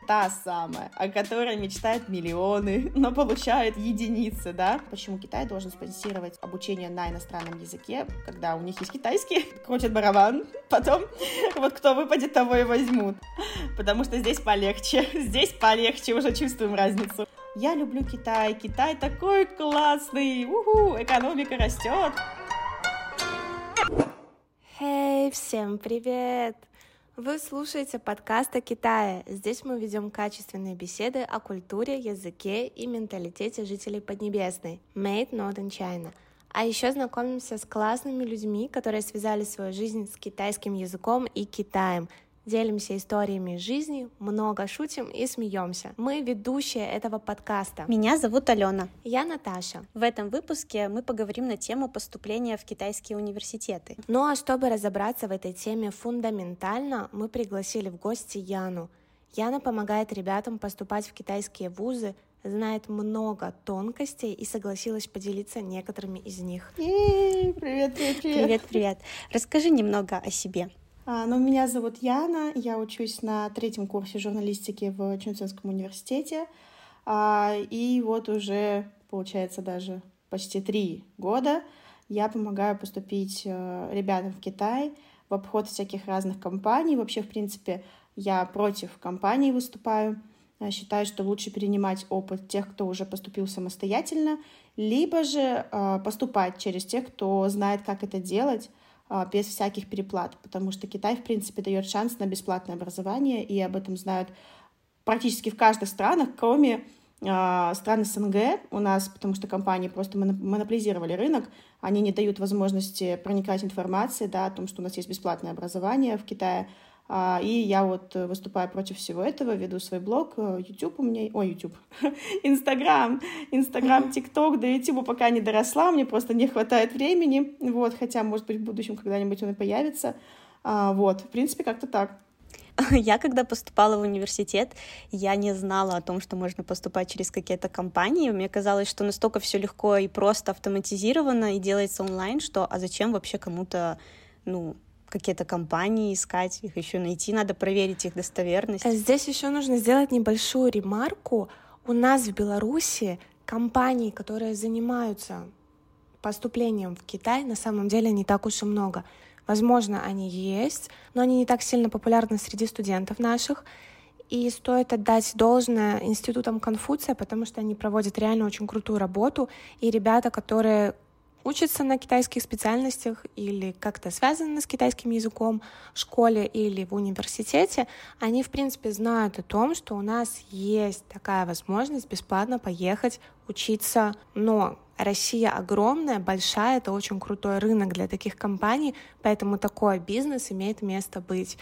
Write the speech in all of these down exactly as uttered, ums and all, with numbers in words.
Та самая, о которой мечтают миллионы, но получают единицы, да? Почему Китай должен спонсировать обучение на иностранном языке, когда у них есть китайский, крутят барабан, потом вот кто выпадет, того и возьмут. Потому что здесь полегче, здесь полегче, уже чувствуем разницу. Я люблю Китай, Китай такой классный, уху, экономика растет. Хей, hey, всем привет! Вы слушаете подкаст о Китае. Здесь мы ведем качественные беседы о культуре, языке и менталитете жителей Поднебесной, Made Not in China. А еще знакомимся с классными людьми, которые связали свою жизнь с китайским языком и Китаем. Делимся историями жизни, много шутим и смеемся. Мы ведущие этого подкаста. Меня зовут Алена. Я Наташа. В этом выпуске мы поговорим на тему поступления в китайские университеты. Ну а чтобы разобраться в этой теме фундаментально, мы пригласили в гости Яну. Яна помогает ребятам поступать в китайские вузы, знает много тонкостей и согласилась поделиться некоторыми из них. Привет, привет, привет. Привет, привет. Расскажи немного о себе. А, ну, меня зовут Яна, я учусь на третьем курсе журналистики в Чунцзинском университете, а, и вот уже, получается, даже почти три года я помогаю поступить а, ребятам в Китай в обход всяких разных компаний. Вообще, в принципе, я против компаний выступаю, я считаю, что лучше перенимать опыт тех, кто уже поступил самостоятельно, либо же а, поступать через тех, кто знает, как это делать, без всяких переплат, потому что Китай, в принципе, дает шанс на бесплатное образование, и об этом знают практически в каждых странах, кроме э, стран СНГ у нас, потому что компании просто монополизировали рынок, они не дают возможности проникать информацией, да, о том, что у нас есть бесплатное образование в Китае, а, и я вот выступаю против всего этого, веду свой блог, YouTube у меня, ой, YouTube, Инстаграм, Инстаграм, ТикТок, до YouTube пока не доросла, мне просто не хватает времени, вот, хотя, может быть, в будущем когда-нибудь он и появится, а, вот, в принципе, как-то так. Я, когда поступала в университет, я не знала о том, что можно поступать через какие-то компании. Мне казалось, что настолько все легко и просто автоматизировано и делается онлайн, что а зачем вообще кому-то, ну, какие-то компании искать, их еще найти, надо проверить их достоверность. Здесь еще нужно сделать небольшую ремарку. У нас в Беларуси компаний, которые занимаются поступлением в Китай, на самом деле не так уж и много. Возможно, они есть, но они не так сильно популярны среди студентов наших. И стоит отдать должное институтам Конфуция, потому что они проводят реально очень крутую работу. И ребята, которые учатся на китайских специальностях или как-то связаны с китайским языком в школе или в университете, они, в принципе, знают о том, что у нас есть такая возможность бесплатно поехать учиться. Но Россия огромная, большая, это очень крутой рынок для таких компаний, поэтому такой бизнес имеет место быть.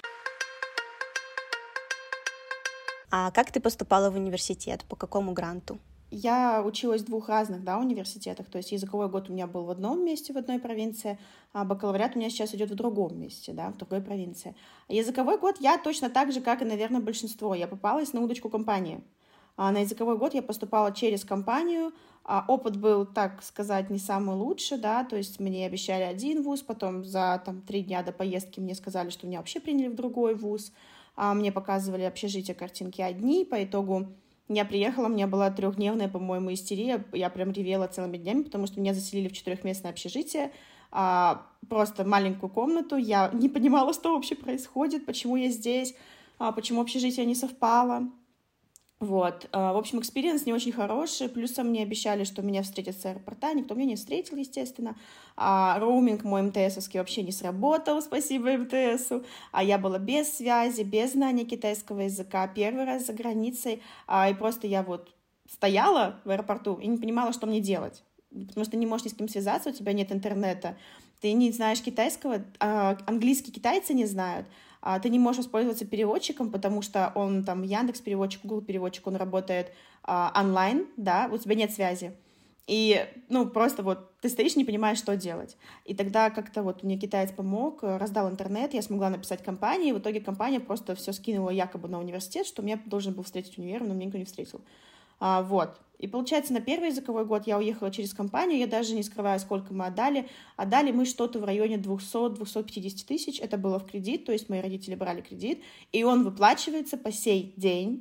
А как ты поступала в университет? По какому гранту? Я училась в двух разных, да, университетах, то есть языковой год у меня был в одном месте, в одной провинции, а бакалавриат у меня сейчас идет в другом месте, да, в другой провинции. А языковой год я точно так же, как и, наверное, большинство, я попалась на удочку компании. А на языковой год я поступала через компанию, а опыт был, так сказать, не самый лучший, да, то есть мне обещали один вуз, потом за там, три дня до поездки мне сказали, что меня вообще приняли в другой вуз, а мне показывали общежитие, картинки одни, по итогу я приехала, у меня была трехдневная, по-моему, истерия, я прям ревела целыми днями, потому что меня заселили в четырехместное общежитие, а, просто маленькую комнату, я не понимала, что вообще происходит, почему я здесь, а, почему общежитие не совпало. Вот, в общем, экспириенс не очень хороший, плюсом мне обещали, что меня встретят с аэропорта, никто меня не встретил, естественно, а роуминг мой МТСовский вообще не сработал, спасибо МТСу, а я была без связи, без знания китайского языка, первый раз за границей, а, и просто я вот стояла в аэропорту и не понимала, что мне делать, потому что не можешь ни с кем связаться, у тебя нет интернета, ты не знаешь китайского, а английский китайцы не знают, а ты не можешь воспользоваться переводчиком, потому что он там Яндекс.Переводчик, Google переводчик, он работает а, онлайн, да, у тебя нет связи. И, ну, просто вот ты стоишь, не понимаешь, что делать. И тогда как-то вот мне китаец помог, раздал интернет, я смогла написать компании, и в итоге компания просто все скинула якобы на университет, что меня должен был встретить универ, но меня никто не встретил. А, вот. И получается, на первый языковой год я уехала через компанию, я даже не скрываю, сколько мы отдали. Отдали мы что-то в районе двести - двести пятьдесят тысяч, это было в кредит, то есть мои родители брали кредит, и он выплачивается по сей день.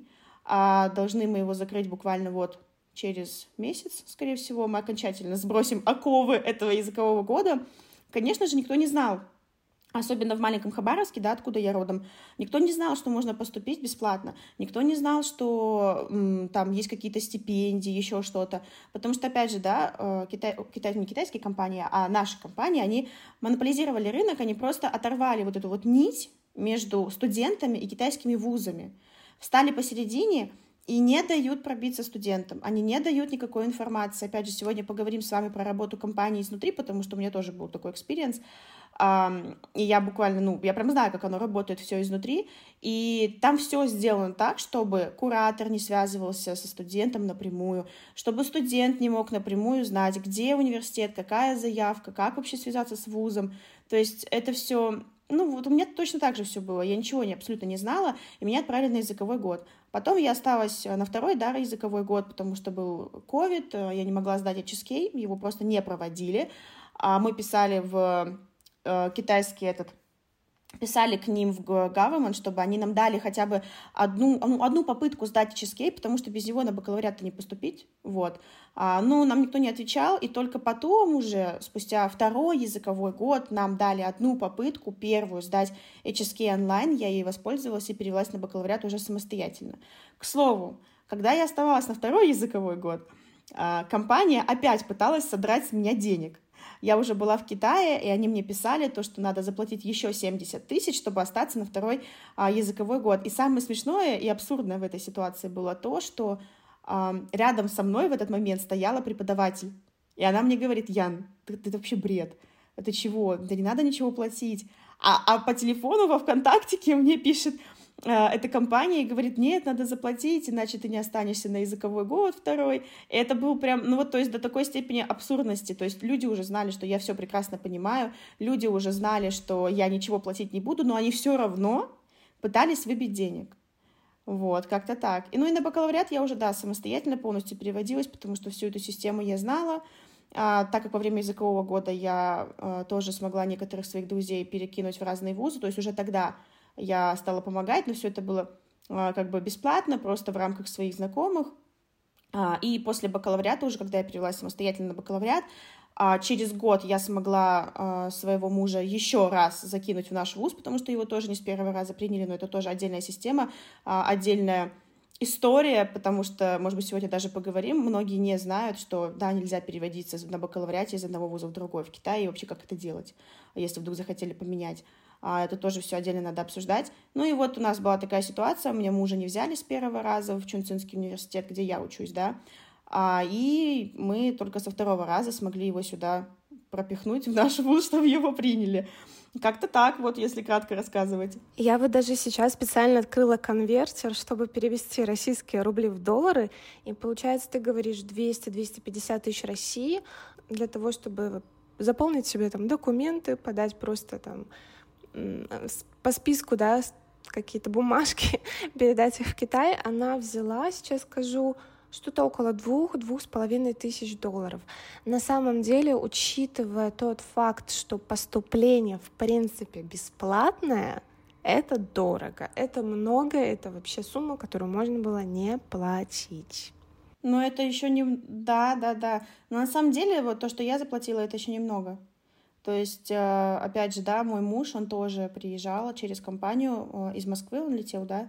а должны мы его закрыть буквально вот через месяц, скорее всего, мы окончательно сбросим оковы этого языкового года. Конечно же, никто не знал, особенно в маленьком Хабаровске, да, откуда я родом, никто не знал, что можно поступить бесплатно, никто не знал, что м, там есть какие-то стипендии, еще что-то, потому что, опять же, да, Китай, Китай, не китайские компании, а наши компании, они монополизировали рынок, они просто оторвали вот эту вот нить между студентами и китайскими вузами, встали посередине и не дают пробиться студентам, они не дают никакой информации. Опять же, сегодня поговорим с вами про работу компании изнутри, потому что у меня тоже был такой экспириенс, и я буквально, ну, я прям знаю, как оно работает все изнутри, и там все сделано так, чтобы куратор не связывался со студентом напрямую, чтобы студент не мог напрямую знать, где университет, какая заявка, как вообще связаться с вузом. То есть это все, ну, вот у меня точно так же все было, я ничего не, абсолютно не знала, и меня отправили на языковой год. Потом я осталась на второй, да, языковой год, потому что был ковид, я не могла сдать эйч эс кей, его просто не проводили, а мы писали в китайский этот, писали к ним в government, чтобы они нам дали хотя бы одну, одну попытку сдать эйч эс кей, потому что без него на бакалавриат-то не поступить, вот. А, но нам никто не отвечал, и только потом уже, спустя второй языковой год, нам дали одну попытку, первую, сдать эйч эс кей онлайн, я ей воспользовалась и перевелась на бакалавриат уже самостоятельно. К слову, когда я оставалась на второй языковой год, компания опять пыталась содрать с меня денег. Я уже была в Китае, и они мне писали то, что надо заплатить еще семьдесят тысяч, чтобы остаться на второй а, языковой год. И самое смешное и абсурдное в этой ситуации было то, что а, рядом со мной в этот момент стояла преподаватель. И она мне говорит: Ян, ты, ты, это вообще бред. Это чего? Да не надо ничего платить. А, а по телефону во ВКонтактике мне пишет эта компания и говорит: нет, надо заплатить, иначе ты не останешься на языковой год второй. И это был прям, ну вот, то есть до такой степени абсурдности. То есть люди уже знали, что я все прекрасно понимаю, люди уже знали, что я ничего платить не буду, но они все равно пытались выбить денег. Вот, как-то так. И, ну и на бакалавриат я уже, да, самостоятельно полностью переводилась, потому что всю эту систему я знала. А, так как во время языкового года я а, тоже смогла некоторых своих друзей перекинуть в разные вузы, то есть уже тогда я стала помогать, но все это было а, как бы бесплатно, просто в рамках своих знакомых. А, и после бакалавриата, уже когда я перевелась самостоятельно на бакалавриат, а, через год я смогла а, своего мужа еще раз закинуть в наш вуз, потому что его тоже не с первого раза приняли, но это тоже отдельная система, а, отдельная история, потому что, может быть, сегодня даже поговорим, многие не знают, что, да, нельзя переводиться на бакалавриате из одного вуза в другой в Китае, и вообще как это делать, если вдруг захотели поменять. Это тоже все отдельно надо обсуждать. Ну и вот у нас была такая ситуация, у меня мужа не взяли с первого раза в Чунцинский университет, где я учусь, да, и мы только со второго раза смогли его сюда пропихнуть в наш вуз, чтобы его приняли. Как-то так, вот, если кратко рассказывать. Я вот даже сейчас специально открыла конвертер, чтобы перевести российские рубли в доллары, и получается, ты говоришь двести - двести пятьдесят тысяч России для того, чтобы заполнить себе там документы, подать просто там по списку, да, какие-то бумажки, передать их в Китай. Она взяла, сейчас скажу, что-то около двух, двух с половиной тысяч долларов. На самом деле, учитывая тот факт, что поступление в принципе бесплатное, это дорого, это много, это вообще сумма, которую можно было не платить. Но это еще не... Да, да, да. Но на самом деле, вот то, что я заплатила, это еще немного. То есть, опять же, да, мой муж, он тоже приезжал через компанию из Москвы, он летел, да,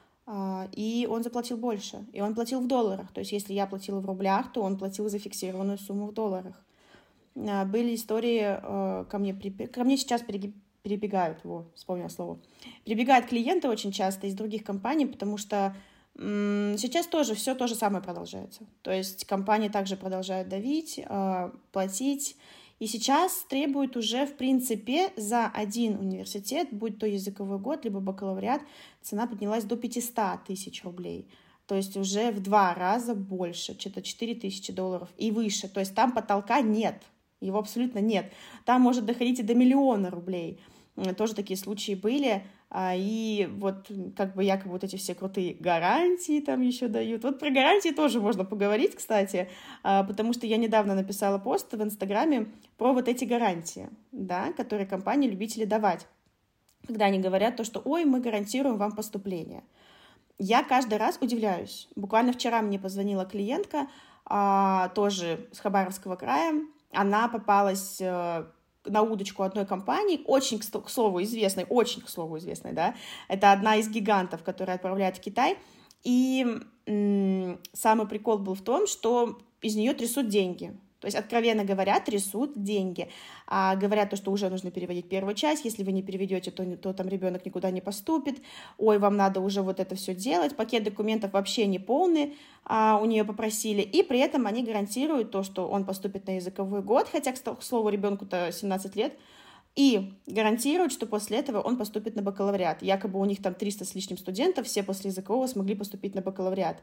и он заплатил больше, и он платил в долларах. То есть, если я платила в рублях, то он платил зафиксированную сумму в долларах. Были истории, ко мне, ко мне сейчас перебегают, во, вспомнила слово, перебегают клиенты очень часто из других компаний, потому что сейчас тоже все то же самое продолжается. То есть, компании также продолжают давить, платить. И сейчас требуют уже, в принципе, за один университет, будь то языковой год, либо бакалавриат, цена поднялась до пятьсот тысяч рублей. То есть уже в два раза больше, что-то четыре тысячи долларов и выше. То есть там потолка нет, его абсолютно нет. Там может доходить и до миллиона рублей. Тоже такие случаи были. И вот как бы якобы вот эти все крутые гарантии там еще дают. Вот про гарантии тоже можно поговорить, кстати, потому что я недавно написала пост в Инстаграме про вот эти гарантии, да, которые компании любители давать, когда они говорят то, что «Ой, мы гарантируем вам поступление». я каждый раз удивляюсь. Буквально вчера мне позвонила клиентка, тоже с Хабаровского края. Она попалась на удочку одной компании, очень, к слову, известной, очень, к слову, известной, да, это одна из гигантов, которая отправляет в Китай, и м- самый прикол был в том, что из нее трясут деньги. То есть, откровенно говоря, трясут деньги. А говорят то, что уже нужно переводить первую часть. Если вы не переведете, то, то там ребенок никуда не поступит. Ой, вам надо уже вот это все делать. Пакет документов вообще не полный, а, у нее попросили. И при этом они гарантируют то, что он поступит на языковой год, хотя, к слову, ребенку-то семнадцать лет. И гарантируют, что после этого он поступит на бакалавриат. Якобы у них там триста с лишним студентов, все после языкового смогли поступить на бакалавриат.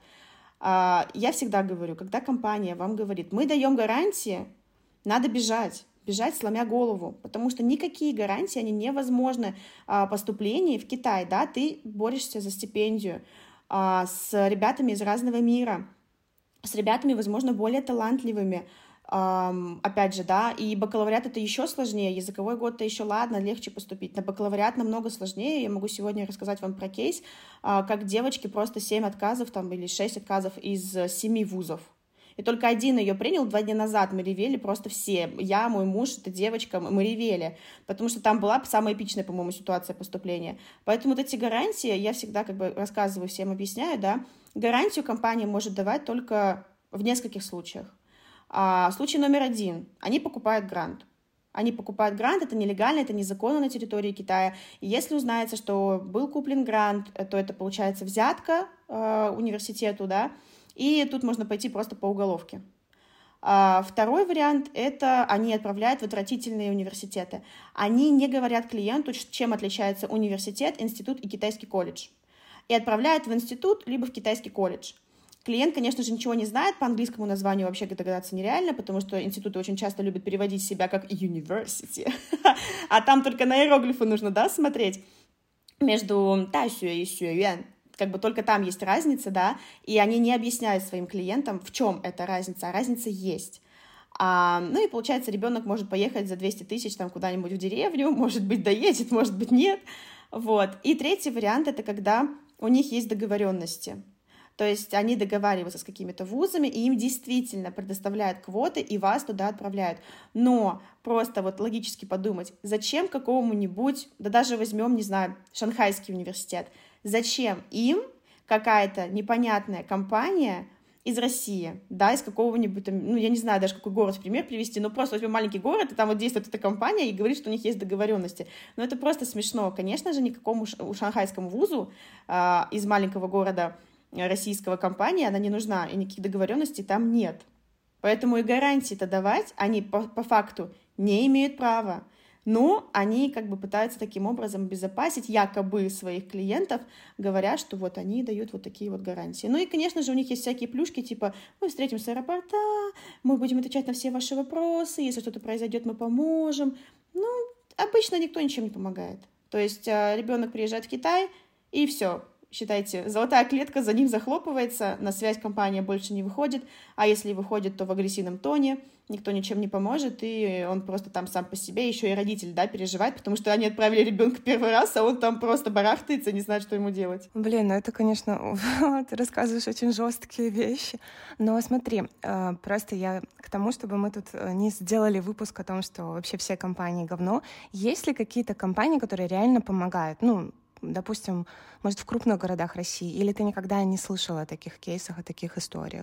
Я всегда говорю, когда компания вам говорит, мы даем гарантии, надо бежать, бежать, сломя голову, потому что никакие гарантии, они невозможны поступлении в Китай, да, ты борешься за стипендию с ребятами из разного мира, с ребятами, возможно, более талантливыми, опять же, да, и бакалавриат это еще сложнее, языковой год-то еще ладно, легче поступить, на бакалавриат намного сложнее. Я могу сегодня рассказать вам про кейс, как девочки просто семь отказов там или шесть отказов из семи вузов. И только один ее принял два дня назад, мы ревели просто все, я, мой муж, эта девочка, мы ревели, потому что там была самая эпичная, по-моему, ситуация поступления. Поэтому вот эти гарантии, я всегда как бы рассказываю, всем объясняю, да, гарантию компания может давать только в нескольких случаях. А, случай номер один. Они покупают грант. Они покупают грант, это нелегально, это незаконно на территории Китая. И если узнается, что был куплен грант, то это получается взятка э, университету, да, и тут можно пойти просто по уголовке. А, второй вариант – это они отправляют в отвратительные университеты. Они не говорят клиенту, чем отличается университет, институт и китайский колледж. И отправляют в институт либо в китайский колледж. Клиент, конечно же, ничего не знает, по английскому названию вообще догадаться нереально, потому что институты очень часто любят переводить себя как university, а там только на иероглифы нужно, да, смотреть между тайсюэ и сюэюэн, как бы только там есть разница, да, и они не объясняют своим клиентам, в чем эта разница, а разница есть. А, ну и получается, ребенок может поехать за двести тысяч там куда-нибудь в деревню, может быть, доедет, может быть, нет, вот. И третий вариант — это когда у них есть договоренности. То есть они договариваются с какими-то вузами, и им действительно предоставляют квоты, и вас туда отправляют. Но просто вот логически подумать, зачем какому-нибудь, да даже возьмем, не знаю, Шанхайский университет, зачем им какая-то непонятная компания из России, да, из какого-нибудь, ну, я не знаю даже, какой город в пример привести, но просто возьмем маленький город, и там вот действует эта компания и говорит, что у них есть договоренности. Но это просто смешно. Конечно же, никакому шанхайскому вузу а, из маленького города российского компания, она не нужна, и никаких договоренностей там нет. Поэтому и гарантии-то давать они по, по факту не имеют права. Но они как бы пытаются таким образом обезопасить якобы своих клиентов, говоря, что вот они дают вот такие вот гарантии. Ну и, конечно же, у них есть всякие плюшки, типа мы встретимся в аэропорта, мы будем отвечать на все ваши вопросы, если что-то произойдет, мы поможем. Ну, обычно никто ничем не помогает. То есть ребенок приезжает в Китай, и все. Считайте, золотая клетка за ним захлопывается, на связь компания больше не выходит, а если и выходит, то в агрессивном тоне, никто ничем не поможет, и он просто там сам по себе, еще и родитель, да, переживает, потому что они отправили ребенка первый раз, а он там просто барахтается, не знает, что ему делать. Блин, ну это, конечно, ты рассказываешь очень жесткие вещи, но смотри, просто я к тому, чтобы мы тут не сделали выпуск о том, что вообще все компании говно, есть ли какие-то компании, которые реально помогают, ну, допустим, может, в крупных городах России, или ты никогда не слышала о таких кейсах, о таких историях?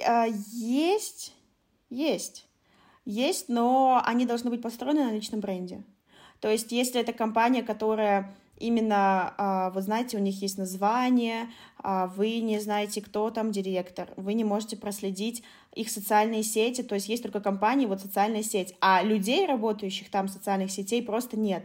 Есть, есть, есть, но они должны быть построены на личном бренде. То есть, если это компания, которая именно, вы знаете, у них есть название, вы не знаете, кто там директор, вы не можете проследить их социальные сети, то есть есть только компания, вот социальная сеть, а людей, работающих там, социальных сетей, просто нет.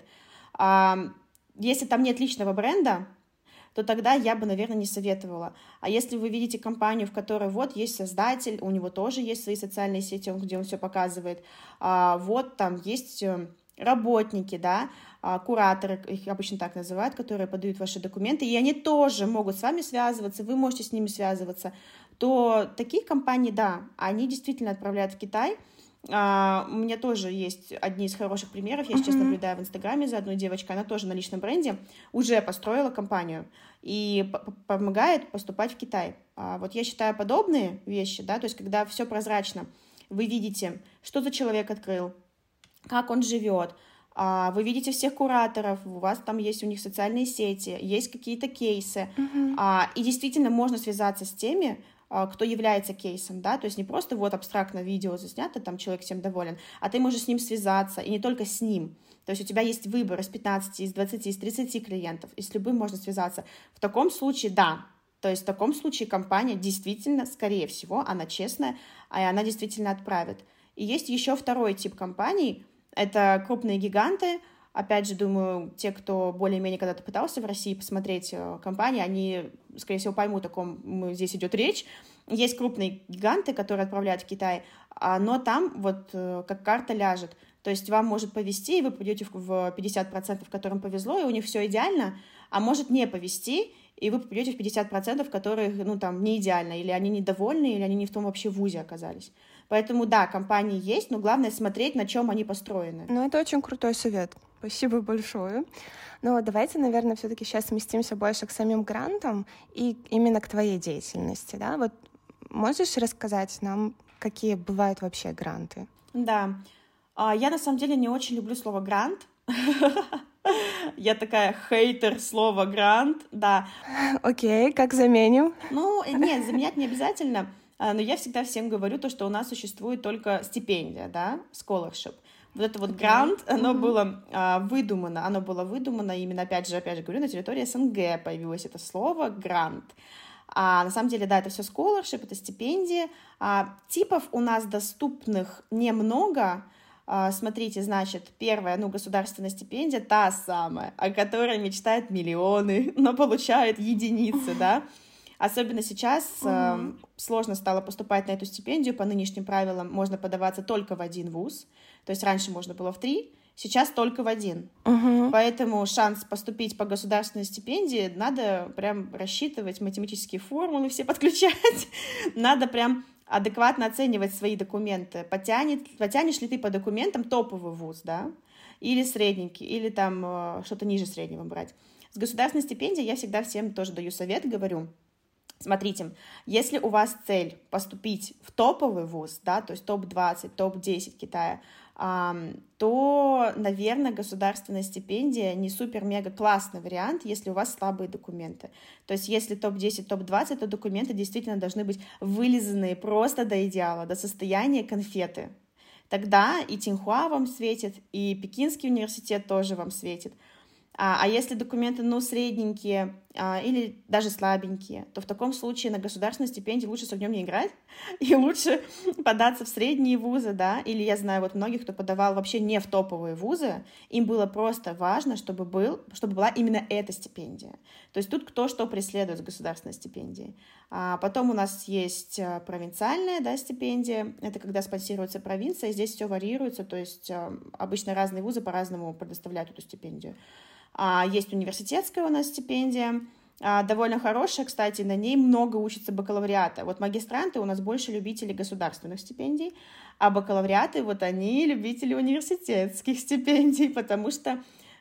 Если там нет личного бренда, то тогда я бы, наверное, не советовала. А если вы видите компанию, в которой вот есть создатель, у него тоже есть свои социальные сети, где он все показывает, а, вот там есть работники, да, а, кураторы, их обычно так называют, которые подают ваши документы, и они тоже могут с вами связываться, вы можете с ними связываться, то таких компаний, да, они действительно отправляют в Китай. Uh, у меня тоже есть одни из хороших примеров. Я сейчас uh-huh. наблюдаю в Инстаграме за одной девочкой. Она тоже на личном бренде уже построила компанию и п- помогает поступать в Китай. Uh, вот я считаю подобные вещи, да, то есть когда все прозрачно, вы видите, что за человек открыл, как он живет, uh, вы видите всех кураторов, у вас там есть у них социальные сети, есть какие-то кейсы, uh-huh. uh, и действительно можно связаться с теми, кто является кейсом, да, то есть не просто вот абстрактно видео заснято, там человек всем доволен, а ты можешь с ним связаться, и не только с ним, то есть у тебя есть выбор из пятнадцати, из двадцати, из тридцати клиентов, и с любым можно связаться. В таком случае, да, то есть в таком случае компания действительно, скорее всего, она честная, и она действительно отправит. И есть еще второй тип компаний, это крупные гиганты. Опять же, думаю, те, кто более-менее когда-то пытался в России посмотреть компании, они, скорее всего, поймут, о ком здесь идет речь. Есть крупные гиганты, которые отправляют в Китай, но там вот как карта ляжет. То есть вам может повезти, и вы попадете в пятьдесят процентов, которым повезло, и у них все идеально, а может не повезти, и вы попадете в пятьдесят процентов, которых, ну, там, не идеально, или они недовольны, или они не в том вообще вузе оказались. Поэтому, да, компании есть, но главное смотреть, на чем они построены. Ну, это очень крутой совет. Спасибо большое. Но давайте, наверное, все-таки сейчас сместимся больше к самим грантам и именно к твоей деятельности, да? Вот можешь рассказать нам, какие бывают вообще гранты? Да. Я, на самом деле, не очень люблю слово «грант». Я такая хейтер слова «грант», да. Окей, как заменим? Ну, нет, заменять не обязательно, но я всегда всем говорю то, что у нас существует только стипендия, да, scholarship. Вот это вот okay. грант, оно mm-hmm. было а, выдумано, оно было выдумано именно, опять же, опять же говорю, на территории СНГ появилось это слово «грант». А на самом деле, да, это все scholarship, это стипендии. А, типов у нас доступных немного. А, смотрите, значит, первая, ну, государственная стипендия, та самая, о которой мечтают миллионы, но получают единицы, да. Особенно сейчас mm-hmm. э, сложно стало поступать на эту стипендию. По нынешним правилам можно подаваться только в один вуз. То есть раньше можно было в три, сейчас только в один. Mm-hmm. Поэтому шанс поступить по государственной стипендии надо прям рассчитывать, математические формулы все подключать. Надо прям адекватно оценивать свои документы. Потянет, потянешь ли ты по документам топовый вуз, да? Или средненький, или там э, что-то ниже среднего брать. С государственной стипендией я всегда всем тоже даю совет, говорю. Смотрите, если у вас цель поступить в топовый вуз, да, то есть топ двадцать, топ десять Китая, эм, то, наверное, государственная стипендия не супер-мега классный вариант, если у вас слабые документы. То есть если топ десять, топ двадцать, то документы действительно должны быть вылизанные просто до идеала, до состояния конфеты. Тогда и Цинхуа вам светит, и Пекинский университет тоже вам светит. А, а если документы, ну, средненькие а, или даже слабенькие, то в таком случае на государственной стипендии лучше с огнем не играть и лучше податься в средние вузы, да, или я знаю вот многих, кто подавал вообще не в топовые вузы, им было просто важно, чтобы, был, чтобы была именно эта стипендия. То есть тут кто что преследует с государственной стипендией. А потом у нас есть провинциальная, да, стипендия, это когда спонсируется провинция, здесь все варьируется, то есть обычно разные вузы по-разному предоставляют эту стипендию. А, есть университетская у нас стипендия, а, довольно хорошая, кстати, на ней много учатся бакалавриата. Вот магистранты у нас больше любители государственных стипендий, а бакалавриаты, вот они любители университетских стипендий, потому что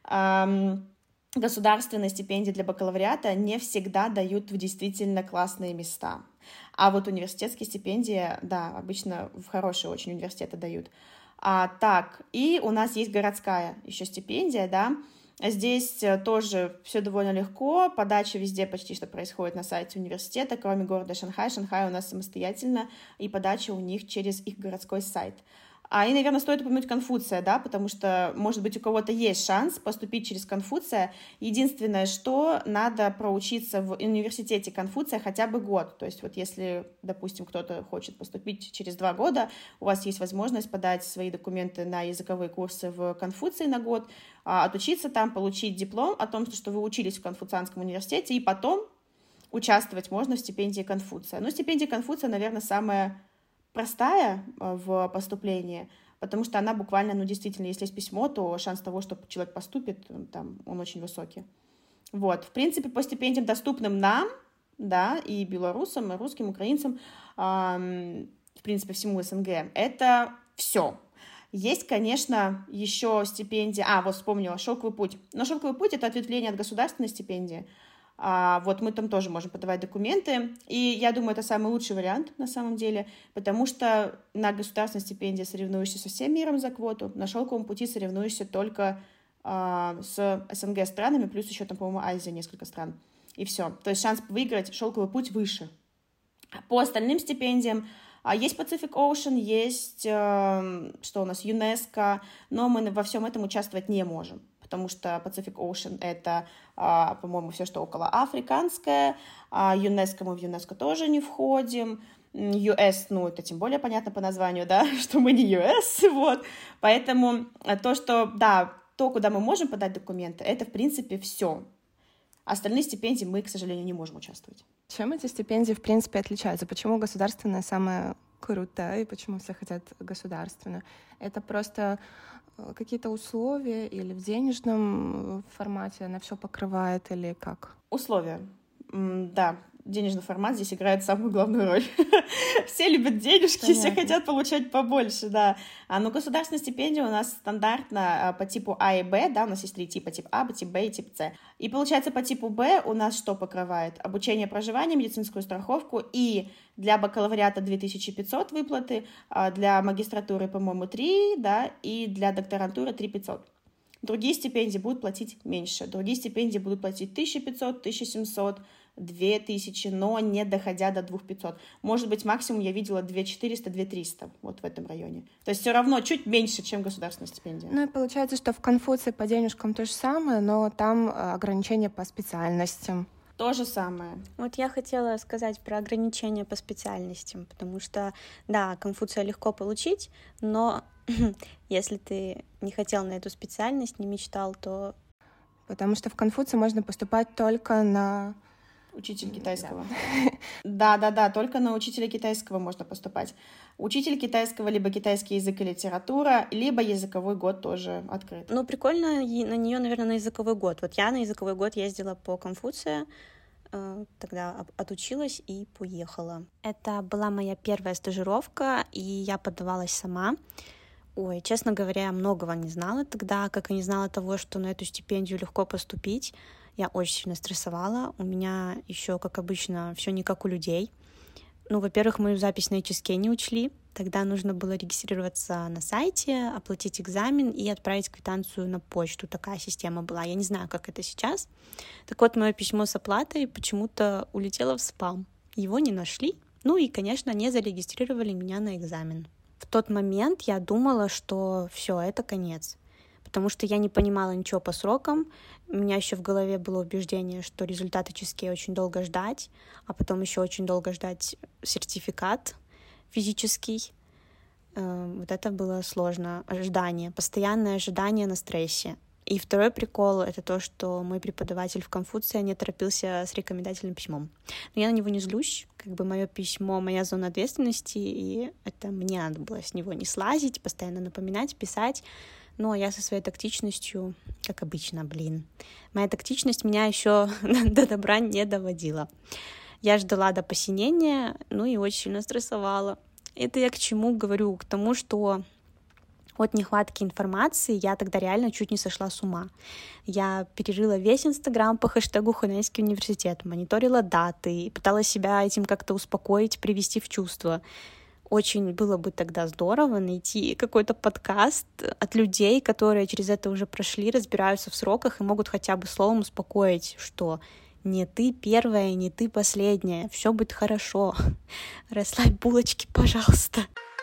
а, государственные стипендии для бакалавриата не всегда дают в действительно классные места. А вот университетские стипендии, да, обычно в хорошие очень университеты дают. А, так, и у нас есть городская еще стипендия, да. Здесь тоже все довольно легко, подача везде почти что происходит на сайте университета, кроме города Шанхай. Шанхай у нас самостоятельно, и подача у них через их городской сайт. А, и, наверное, стоит упомянуть Конфуция, да, потому что, может быть, у кого-то есть шанс поступить через Конфуция. Единственное, что надо проучиться в университете Конфуция хотя бы год. То есть вот если, допустим, кто-то хочет поступить через два года, у вас есть возможность подать свои документы на языковые курсы в Конфуции на год, отучиться там, получить диплом о том, что вы учились в Конфуцианском университете, и потом участвовать можно в стипендии Конфуция. Но стипендия Конфуция, наверное, самая простая в поступлении, потому что она буквально, ну, действительно, если есть письмо, то шанс того, что человек поступит, там, он очень высокий. Вот, в принципе, по стипендиям, доступным нам, да, и белорусам, и русским, украинцам, эм, в принципе, всему СНГ, это все. Есть, конечно, еще стипендия. А, вот вспомнила, «Шелковый путь». Но «Шелковый путь» — это ответвление от государственной стипендии. А, вот мы там тоже можем подавать документы. И я думаю, это самый лучший вариант на самом деле, потому что на государственной стипендии соревнуешься со всем миром за квоту, на «Шелковом пути» соревнуешься только а, с СНГ странами, плюс еще там, по-моему, Азия, несколько стран. И все. То есть шанс выиграть «Шелковый путь» выше. По остальным стипендиям есть Pacific Ocean, есть, э, что у нас, ЮНЕСКО, но мы во всем этом участвовать не можем, потому что Pacific Ocean — это, э, по-моему, все, что около африканское, а ЮНЕСКО мы в ЮНЕСКО тоже не входим, ю эс, ну, это тем более понятно по названию, да, что мы не ю эс, вот, поэтому то, что, да, то, куда мы можем подать документы, это, в принципе, все. Остальные стипендии мы, к сожалению, не можем участвовать. Чем эти стипендии, в принципе, отличаются? Почему государственная самая крутая и почему все хотят государственную? Это просто какие-то условия или в денежном формате она все покрывает или как? Условия. Да, денежный формат здесь играет самую главную роль. Все любят денежки, Понятно. Все хотят получать побольше, да. А, но государственная стипендия у нас стандартно по типу А и Б, да, у нас есть три типа, тип А, тип Б и тип С. И получается по типу Б у нас что покрывает? Обучение, проживание, медицинскую страховку, и для бакалавриата две тысячи пятьсот выплаты, для магистратуры, по-моему, три, да, и для докторантуры три тысячи пятьсот. Другие стипендии будут платить меньше. Другие стипендии будут платить тысяча пятьсот, тысяча семьсот, две тысячи, но не доходя до две тысячи пятьсот. Может быть, максимум я видела две тысячи четыреста, две тысячи триста, вот в этом районе. То есть все равно чуть меньше, чем государственная стипендия. Ну и получается, что в Конфуции по денежкам то же самое, но там ограничения по специальностям. То же самое. Вот я хотела сказать про ограничения по специальностям, потому что, да, Конфуция легко получить, но если ты не хотел на эту специальность, не мечтал, то... Потому что в Конфуции можно поступать только на... Учитель китайского. Да-да-да, только на учителя китайского можно поступать. Учитель китайского, либо китайский язык и литература, либо языковой год тоже открыт. Ну, прикольно на нее, наверное, на языковой год. Вот я на языковой год ездила по Конфуции, тогда отучилась и поехала. Это была моя первая стажировка, и я подавалась сама. Ой, честно говоря, многого не знала тогда, как и не знала того, что на эту стипендию легко поступить. Я очень сильно стрессовала. У меня еще, как обычно, все не как у людей. Ну, во-первых, мою запись на эйч эс кей не учли. Тогда нужно было регистрироваться на сайте, оплатить экзамен и отправить квитанцию на почту. Такая система была. Я не знаю, как это сейчас. Так вот, мое письмо с оплатой почему-то улетело в спам. Его не нашли. Ну и, конечно, не зарегистрировали меня на экзамен. В тот момент я думала, что все, это конец. Потому что я не понимала ничего по срокам. У меня еще в голове было убеждение, что результаты эйч эс кей очень долго ждать, а потом еще очень долго ждать сертификат физический. Вот это было сложно. Ожидание, постоянное ожидание на стрессе. И второй прикол — это то, что мой преподаватель в Конфуции не торопился с рекомендательным письмом. Но я на него не злюсь. Как бы мое письмо — моя зона ответственности, и это мне надо было с него не слазить, постоянно напоминать, писать. Но я со своей тактичностью, как обычно, блин. Моя тактичность меня еще до добра не доводила. Я ждала до посинения, ну и очень сильно стрессовала. Это я к чему говорю? К тому, что от нехватки информации я тогда реально чуть не сошла с ума. Я перерыла весь Инстаграм по хэштегу Хунаньский университет, мониторила даты, пыталась себя этим как-то успокоить, привести в чувство. Очень было бы тогда здорово найти какой-то подкаст от людей, которые через это уже прошли, разбираются в сроках и могут хотя бы словом успокоить, что не ты первая, не ты последняя, все будет хорошо. Расслабь булочки, пожалуйста.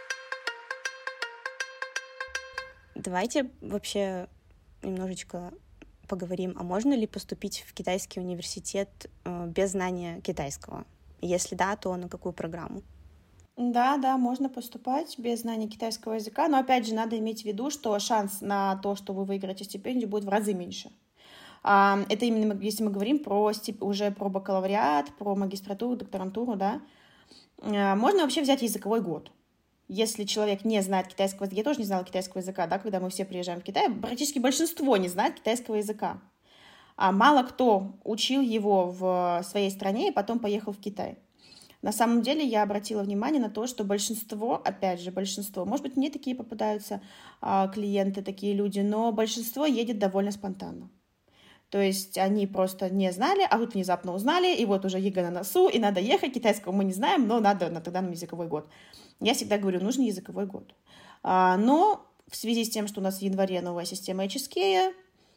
Давайте вообще немножечко поговорим, а можно ли поступить в китайский университет без знания китайского? Если да, то на какую программу? Да, да, можно поступать без знания китайского языка, но опять же надо иметь в виду, что шанс на то, что вы выиграете стипендию, будет в разы меньше. Это именно если мы говорим про уже про бакалавриат, про магистратуру, докторантуру, да. Можно вообще взять языковой год. Если человек не знает китайского языка, я тоже не знала китайского языка, да, когда мы все приезжаем в Китай, практически большинство не знает китайского языка. А мало кто учил его в своей стране и потом поехал в Китай. На самом деле я обратила внимание на то, что большинство, опять же, большинство, может быть, мне такие попадаются а, клиенты, такие люди, но большинство едет довольно спонтанно. То есть они просто не знали, а тут внезапно узнали, и вот уже ЕГЭ на носу, и надо ехать, китайского мы не знаем, но надо на, тогда на языковой год. Я всегда говорю, нужен языковой год. А, но в связи с тем, что у нас в январе новая система эйч эс кей,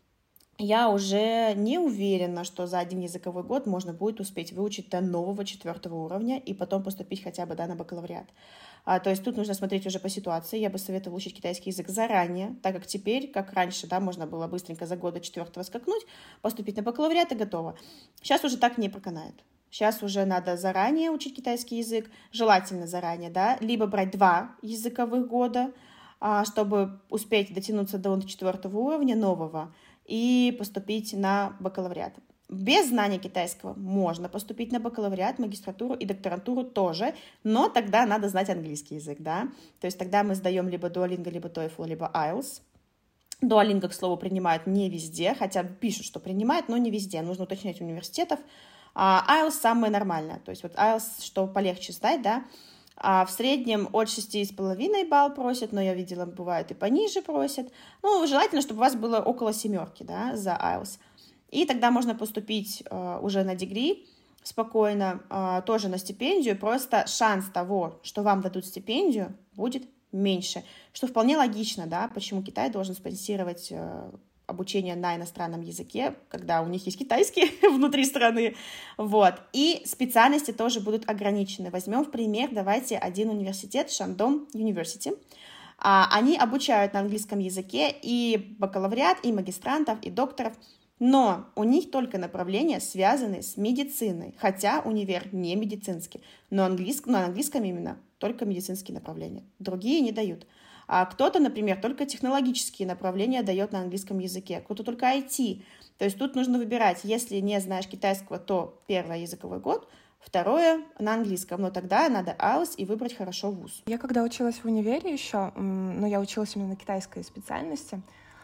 я уже не уверена, что за один языковой год можно будет успеть выучить до нового четвертого уровня и потом поступить хотя бы да, на бакалавриат. А, то есть тут нужно смотреть уже по ситуации. Я бы советовала учить китайский язык заранее, так как теперь, как раньше, да, можно было быстренько за год до четвертого скакнуть, поступить на бакалавриат и готово. Сейчас уже так не проканает. Сейчас уже надо заранее учить китайский язык, желательно заранее, да, либо брать два языковых года, чтобы успеть дотянуться до четвертого уровня нового, и поступить на бакалавриат. Без знания китайского можно поступить на бакалавриат, магистратуру и докторантуру тоже, но тогда надо знать английский язык, да. То есть тогда мы сдаем либо Duolingo, либо TOEFL, либо айлтс. Duolingo, к слову, принимают не везде, хотя пишут, что принимают, но не везде. Нужно уточнять университетов. А айлтс самое нормальное. То есть вот айлтс, что полегче сдать, да. А в среднем от шести с половиной балл просят, но я видела, бывает и пониже просят. Ну, желательно, чтобы у вас было около семерки, да, за айлтс. И тогда можно поступить э, уже на дегри спокойно, э, тоже на стипендию. Просто шанс того, что вам дадут стипендию, будет меньше. Что вполне логично, да, почему Китай должен спонсировать э, обучение на иностранном языке, когда у них есть китайский внутри страны, вот, и специальности тоже будут ограничены. Возьмем в пример, давайте один университет, Шандong University, они обучают на английском языке и бакалавриат, и магистрантов, и докторов, но у них только направления, связанные с медициной, хотя универ не медицинский, но английск, на английском именно только медицинские направления, другие не дают. А кто-то, например, только технологические направления дает на английском языке, кто-то только ай ти. То есть тут нужно выбирать, если не знаешь китайского, то первый языковой год, второе на английском, но тогда надо айлтс и выбрать хорошо вуз. Я когда училась в универе еще, ну, я училась именно на китайской специальности,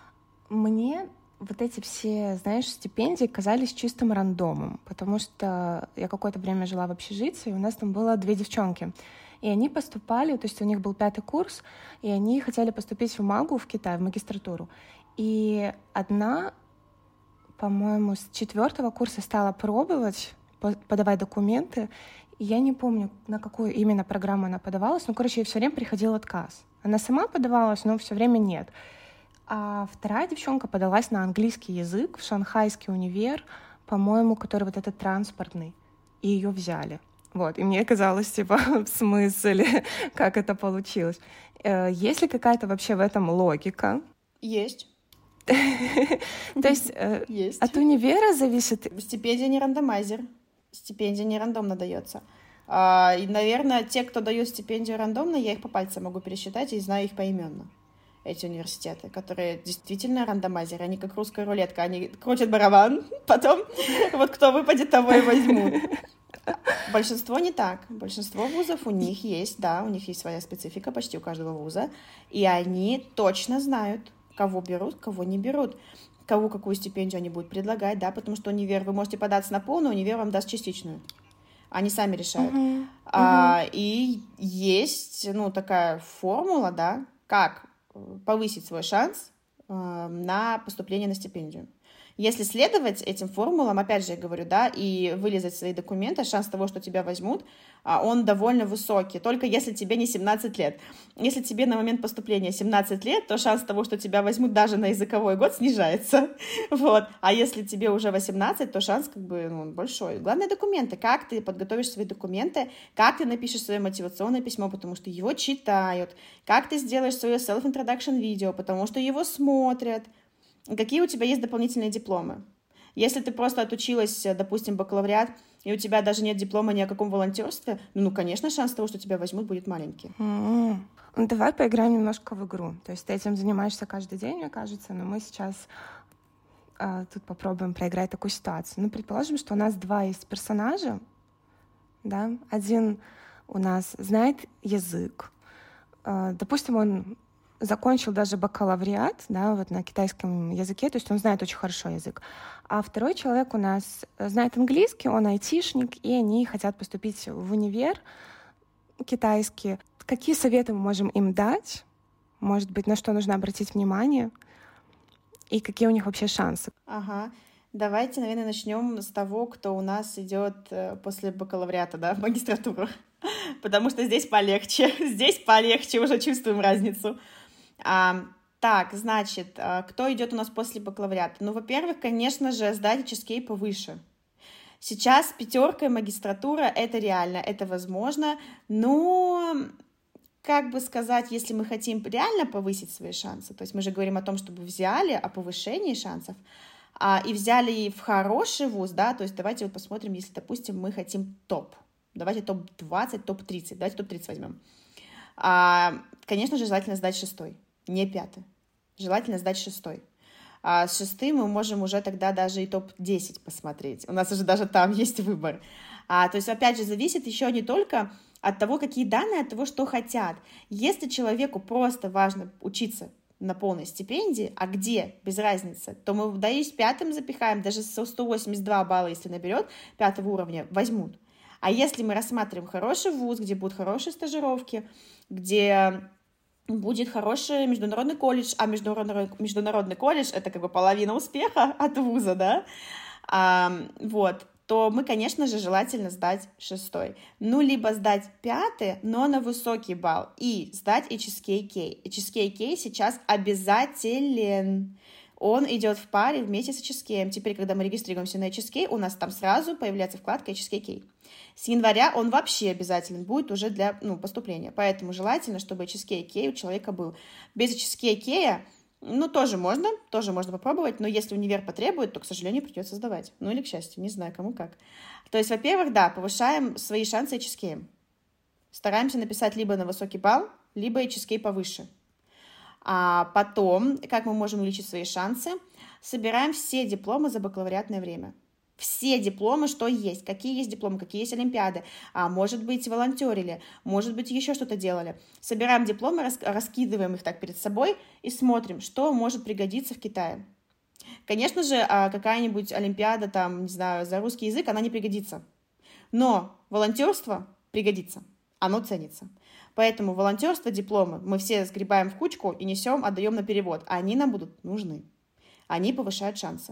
мне вот эти все, знаешь, стипендии казались чистым рандомом, потому что я какое-то время жила в общежитии, и у нас там было две девчонки. И они поступали, то есть у них был пятый курс, и они хотели поступить в МАГУ в Китай, в магистратуру. И одна, по-моему, с четвертого курса стала пробовать подавать документы, и я не помню, на какую именно программу она подавалась, но, короче, ей все время приходил отказ. Она сама подавалась, но все время нет. А вторая девчонка подалась на английский язык в шанхайский универ, по-моему, который вот этот транспортный, и ее взяли. Вот, и мне казалось, типа, в смысле, как это получилось. Есть ли какая-то вообще в этом логика? Есть. То есть от универа зависит? Стипендия не рандомайзер. Стипендия не рандомно дается. И, наверное, те, кто дает стипендию рандомно, я их по пальцам могу пересчитать и знаю их поименно. Эти университеты, которые действительно рандомайзеры, они как русская рулетка, они крутят барабан, потом вот кто выпадет, того и возьмут. Большинство не так. Большинство вузов у них есть, да, у них есть своя специфика почти у каждого вуза, и они точно знают, кого берут, кого не берут, кого какую стипендию они будут предлагать, да, потому что универ, вы можете податься на полную, универ вам даст частичную. Они сами решают. Uh-huh. А, uh-huh. И есть, ну, такая формула, да, как повысить свой шанс э, на поступление на стипендию. Если следовать этим формулам, опять же, я говорю, да, и вылезать свои документы, шанс того, что тебя возьмут, он довольно высокий, только если тебе не семнадцать лет. Если тебе на момент поступления семнадцать лет, то шанс того, что тебя возьмут даже на языковой год, снижается. Вот. А если тебе уже восемнадцать, то шанс как бы ну, большой. Главное документы. Как ты подготовишь свои документы, как ты напишешь свое мотивационное письмо, потому что его читают, как ты сделаешь свое self-introduction видео, потому что его смотрят. Какие у тебя есть дополнительные дипломы? Если ты просто отучилась, допустим, бакалавриат, и у тебя даже нет диплома ни о каком волонтерстве, ну, конечно, шанс того, что тебя возьмут, будет маленький. Mm-hmm. Ну, давай поиграем немножко в игру. То есть ты этим занимаешься каждый день, мне кажется, но мы сейчас э, тут попробуем проиграть такую ситуацию. Ну, предположим, что у нас два есть персонажа, да? Один у нас знает язык. Э, допустим, он закончил даже бакалавриат, да, вот на китайском языке, то есть он знает очень хорошо язык. А второй человек у нас знает английский, он айтишник, и они хотят поступить в универ китайский. Какие советы мы можем им дать? Может быть, на что нужно обратить внимание? И какие у них вообще шансы? Ага. Давайте, наверное, начнем с того, кто у нас идет после бакалавриата, да, в магистратуру. Потому что здесь полегче. Здесь полегче, уже чувствуем разницу. А, так, значит, кто идет у нас после бакалавриата? Ну, во-первых, конечно же, сдать эйч эс кей повыше. Сейчас пятерка и магистратура — это реально, это возможно, но, как бы сказать, если мы хотим реально повысить свои шансы, то есть мы же говорим о том, чтобы взяли, о повышении шансов, а, и взяли в хороший вуз, да, то есть давайте вот посмотрим, если, допустим, мы хотим топ, давайте топ двадцать, топ тридцать, давайте топ тридцать возьмем. А, конечно же, желательно сдать шестой, не пятый, желательно сдать шестой. А с шестым мы можем уже тогда даже и топ десять посмотреть. У нас уже даже там есть выбор. А, то есть, опять же, зависит еще не только от того, какие данные, от того, что хотят. Если человеку просто важно учиться на полной стипендии, а где, без разницы, то мы, да и с пятым запихаем, даже со сто восемьдесят два балла, если наберет пятого уровня, возьмут. А если мы рассматриваем хороший вуз, где будут хорошие стажировки, где будет хороший международный колледж, а международный, международный колледж — это как бы половина успеха от вуза, да, а, вот, то мы, конечно же, желательно сдать шестой. Ну, либо сдать пятый, но на высокий балл, и сдать эйч эс кей кей. эйч эс кей кей сейчас обязателен. Он идет в паре вместе с эйч эс кей. Теперь, когда мы регистрируемся на эйч эс кей, у нас там сразу появляется вкладка эйч эс кей кей. С января он вообще обязателен будет уже для ну, поступления. Поэтому желательно, чтобы эйч эс кей кей у человека был. Без эйч эс кей кей, ну, тоже можно, тоже можно попробовать, но если универ потребует, то, к сожалению, придется сдавать. Ну, или к счастью, не знаю, кому как. То есть, во-первых, да, повышаем свои шансы эйч эс кей. Стараемся написать либо на высокий балл, либо эйч эс кей повыше. А потом, как мы можем увеличить свои шансы? Собираем все дипломы за бакалавриатное время. Все дипломы, что есть, какие есть дипломы, какие есть олимпиады, а может быть, волонтерили, может быть, еще что-то делали. Собираем дипломы, рас, раскидываем их так перед собой и смотрим, что может пригодиться в Китае. Конечно же, какая-нибудь олимпиада, там, не знаю, за русский язык, она не пригодится. Но волонтерство пригодится, оно ценится. Поэтому волонтерство, дипломы мы все сгребаем в кучку и несем, отдаем на перевод. Они нам будут нужны. Они повышают шансы.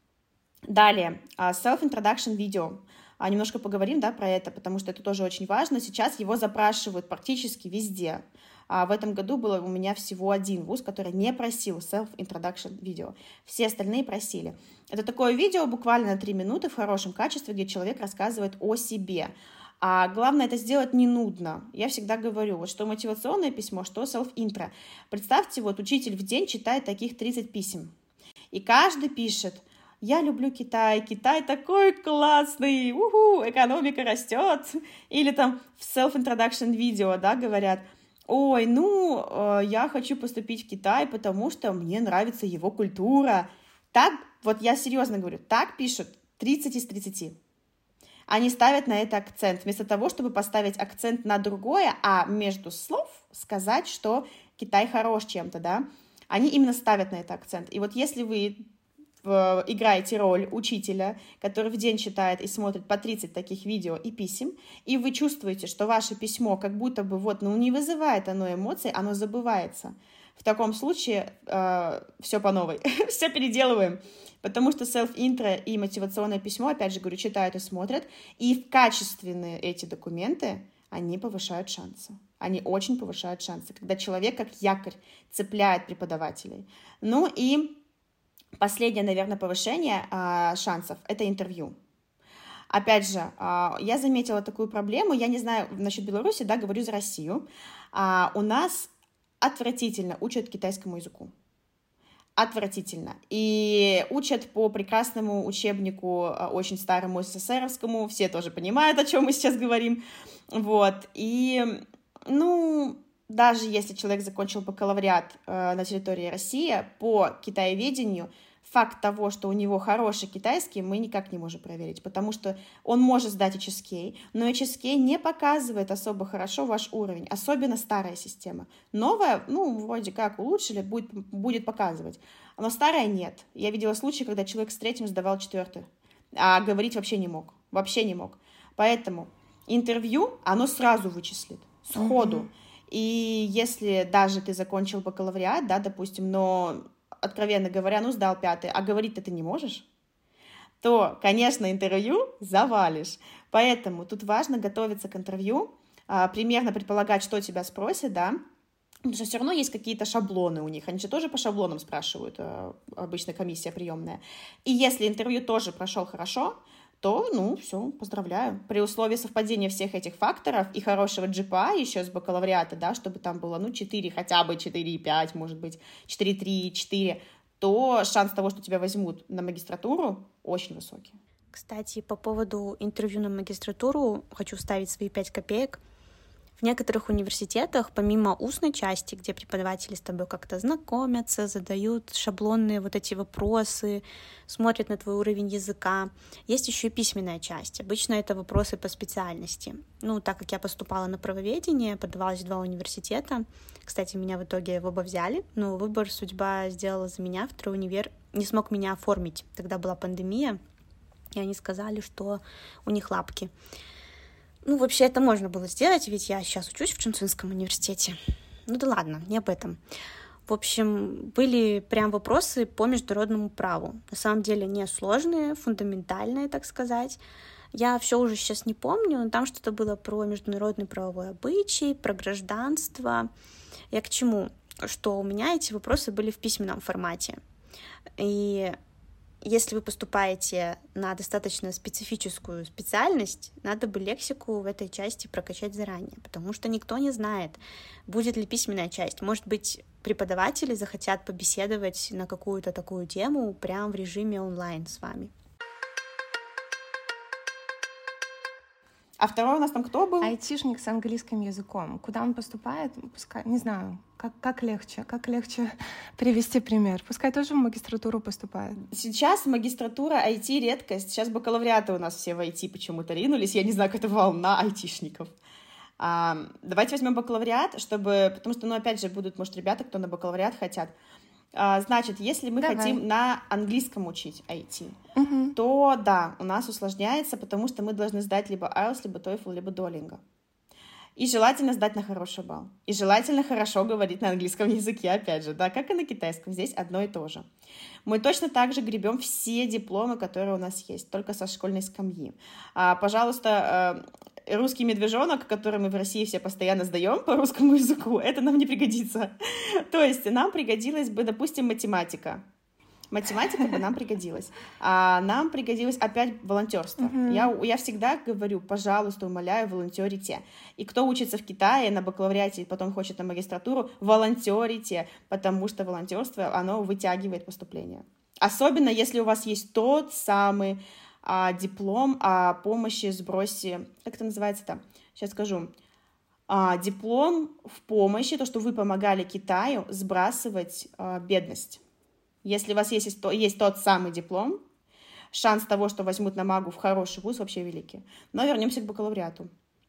Далее, self-introduction видео. Немножко поговорим, да, про это, потому что это тоже очень важно. Сейчас его запрашивают практически везде. В этом году было у меня всего один вуз, который не просил self-introduction видео. Все остальные просили. Это такое видео буквально на три минуты в хорошем качестве, где человек рассказывает о себе. А главное, это сделать не нудно. Я всегда говорю, вот что мотивационное письмо, что self-intro. Представьте, вот учитель в день читает таких тридцать писем. И каждый пишет: «Я люблю Китай, Китай такой классный, уху, экономика растет». Или там в self-introduction видео, да, говорят: «Ой, ну, э, я хочу поступить в Китай, потому что мне нравится его культура». Так, вот я серьезно говорю, так пишут тридцать из тридцати. Они ставят на это акцент, вместо того, чтобы поставить акцент на другое, а между слов сказать, что Китай хорош чем-то, да, они именно ставят на это акцент. И вот если вы в, играете роль учителя, который в день читает и смотрит по тридцать таких видео и писем, и вы чувствуете, что ваше письмо как будто бы вот, ну, не вызывает оно эмоций, оно забывается. В таком случае э, все по новой, все переделываем. Потому что self-intro и мотивационное письмо, опять же говорю, читают и смотрят, и качественные эти документы, они повышают шансы. Они очень повышают шансы, когда человек как якорь цепляет преподавателей. Ну и последнее, наверное, повышение а, шансов — это интервью. Опять же, а, я заметила такую проблему, я не знаю насчет Беларуси, да, говорю за Россию. А, у нас отвратительно учат китайскому языку. Отвратительно. И учат по прекрасному учебнику, очень старому СССРовскому, все тоже понимают, о чем мы сейчас говорим. Вот. И, ну, даже если человек закончил бакалавриат э, на территории России, по китаеведению факт того, что у него хороший китайский, мы никак не можем проверить, потому что он может сдать эйч эс кей, но эйч эс кей не показывает особо хорошо ваш уровень, особенно старая система. Новая, ну, вроде как улучшили, будет, будет показывать, но старая нет. Я видела случаи, когда человек с третьим сдавал четвертый, а говорить вообще не мог, вообще не мог. Поэтому интервью, оно сразу вычислит, сходу. Mm-hmm. И если даже ты закончил бакалавриат, да, допустим, но, откровенно говоря, ну, сдал пятый, а говорить-то ты не можешь, то, конечно, интервью завалишь. Поэтому тут важно готовиться к интервью, а, примерно предполагать, что тебя спросят, да, потому что все равно есть какие-то шаблоны у них, они же тоже по шаблонам спрашивают, а, обычно комиссия приемная. И если интервью тоже прошел хорошо, то, ну, все, поздравляю. При условии совпадения всех этих факторов и хорошего джи пи ай еще с бакалавриата, да, чтобы там было, ну, четыре, хотя бы четыре и пять, может быть, четыре и три, четыре, то шанс того, что тебя возьмут на магистратуру, очень высокий. Кстати, по поводу интервью на магистратуру хочу вставить свои пять копеек. В некоторых университетах, помимо устной части, где преподаватели с тобой как-то знакомятся, задают шаблонные вот эти вопросы, смотрят на твой уровень языка, есть еще и письменная часть. Обычно это вопросы по специальности. Ну, так как я поступала на правоведение, подавалась в два университета. Кстати, меня в итоге в оба взяли, но выбор судьба сделала за меня. Второй универ не смог меня оформить. Тогда была пандемия, и они сказали, что у них лапки. Ну, вообще, это можно было сделать, ведь я сейчас учусь в Чунцинском университете. Ну да ладно, не об этом. В общем, были прям вопросы по международному праву. На самом деле не сложные, фундаментальные, так сказать. Я все уже сейчас не помню, но там что-то было про международный правовой обычай, про гражданство. Я к чему? Что у меня эти вопросы были в письменном формате. И если вы поступаете на достаточно специфическую специальность, надо бы лексику в этой части прокачать заранее, потому что никто не знает, будет ли письменная часть. Может быть, преподаватели захотят побеседовать на какую-то такую тему прямо в режиме онлайн с вами. А второй у нас там кто был? Айтишник с английским языком. Куда он поступает? Пускай, не знаю, как, как легче, как легче привести пример. Пускай тоже в магистратуру поступает. Сейчас магистратура ай ти редкость. Сейчас бакалавриаты у нас все в ай ти почему-то ринулись. Я не знаю, какая-то волна айтишников. А, давайте возьмем бакалавриат, чтобы... Потому что, ну, опять же, будут, может, ребята, кто на бакалавриат хотят. А, значит, если мы Давай. хотим на английском учить ай ти, угу. то, да, у нас усложняется, потому что мы должны сдать либо ай эл ти эс, либо TOEFL, либо Duolingo. И желательно сдать на хороший балл. И желательно хорошо говорить на английском языке, опять же, да, как и на китайском. Здесь одно и то же. Мы точно так же гребем все дипломы, которые у нас есть, только со школьной скамьи. А, пожалуйста, русский медвежонок, который мы в России все постоянно сдаем по русскому языку, это нам не пригодится. То есть нам пригодилась бы, допустим, математика. Математика бы нам пригодилась. А нам пригодилось опять волонтерство. Uh-huh. Я, я всегда говорю, пожалуйста, умоляю, волонтерите. И кто учится в Китае на бакалавриате и потом хочет на магистратуру, волонтерите, потому что волонтерство, оно вытягивает поступление. Особенно, если у вас есть тот самый а, диплом о помощи сбросе... Как это называется-то? Сейчас скажу. А, диплом в помощи, то, что вы помогали Китаю сбрасывать а, бедность. Если у вас есть, есть тот самый диплом, шанс того, что возьмут на магу в хороший вуз, вообще великий. Но вернемся к бакалавриату.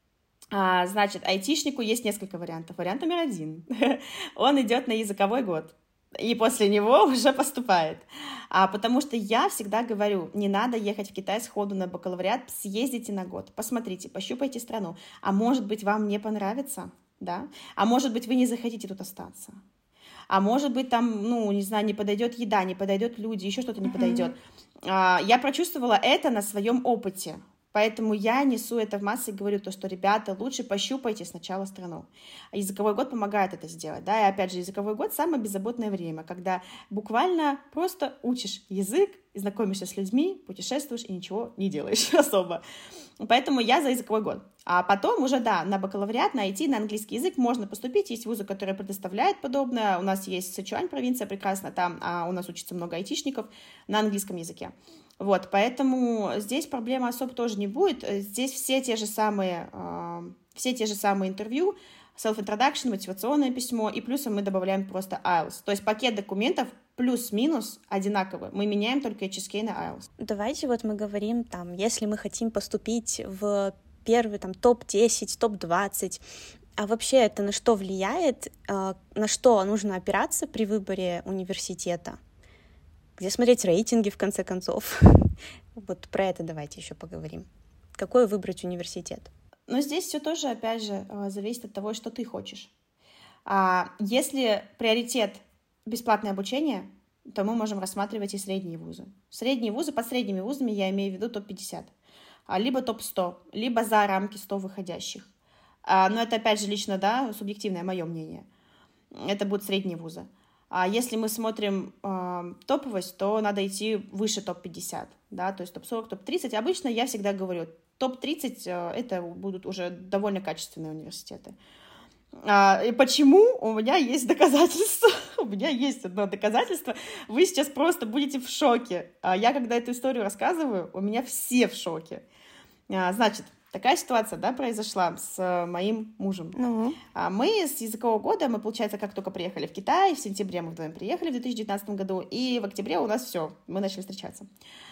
А, значит, айтишнику есть несколько вариантов. Вариант номер один. Он идет на языковой год. И после него уже поступает. А, потому что я всегда говорю, не надо ехать в Китай сходу на бакалавриат, съездите на год, посмотрите, пощупайте страну. А может быть, вам не понравится, да? А может быть, вы не захотите тут остаться. А может быть, там, ну, не знаю, не подойдет еда, не подойдет люди, еще что-то не mm-hmm. подойдет. А, я прочувствовала это на своем опыте. Поэтому я несу это в массы и говорю то, что, ребята, лучше пощупайте сначала страну. Языковой год помогает это сделать, да, и опять же, языковой год — самое беззаботное время, когда буквально просто учишь язык, знакомишься с людьми, путешествуешь и ничего не делаешь особо. Поэтому я за языковой год. А потом уже, да, на бакалавриат, на ай ти, на английский язык можно поступить. Есть вузы, которые предоставляют подобное. У нас есть Сычуань провинция прекрасно, там а у нас учится много айтишников на английском языке. Вот, поэтому здесь проблемы особо тоже не будет. Здесь все те же самые, э, все те же самые интервью, self-introduction, мотивационное письмо, и плюсом мы добавляем просто ай эл ти эс. То есть пакет документов плюс-минус одинаковы. Мы меняем только эйч эс кей на ай эл ти эс. Давайте вот мы говорим, там, если мы хотим поступить в первый там топ десять, топ двадцать, а вообще это на что влияет, на что нужно опираться при выборе университета? Где смотреть рейтинги, в конце концов? Вот про это давайте еще поговорим. Какой выбрать университет? Но здесь все тоже, опять же, зависит от того, что ты хочешь. А если приоритет бесплатное обучение, то мы можем рассматривать и средние вузы. Средние вузы, под средними вузами я имею в виду топ пятьдесят, либо топ сто, либо за рамки сто выходящих. Но это, опять же, лично, да, субъективное мое мнение. Это будут средние вузы. А если мы смотрим э, топовость, то надо идти выше топ пятьдесят, да, то есть топ сорок, топ тридцать. Обычно я всегда говорю, топ тридцать э, это будут уже довольно качественные университеты. А, и почему? У меня есть доказательства. У меня есть одно доказательство. Вы сейчас просто будете в шоке. А я, когда эту историю рассказываю, у меня все в шоке. А, значит, такая ситуация, да, произошла с моим мужем. Ну. Мы с языкового года, мы, получается, как только приехали в Китай, в сентябре мы вдвоем приехали в две тысячи девятнадцатом году, и в октябре у нас все, мы начали встречаться.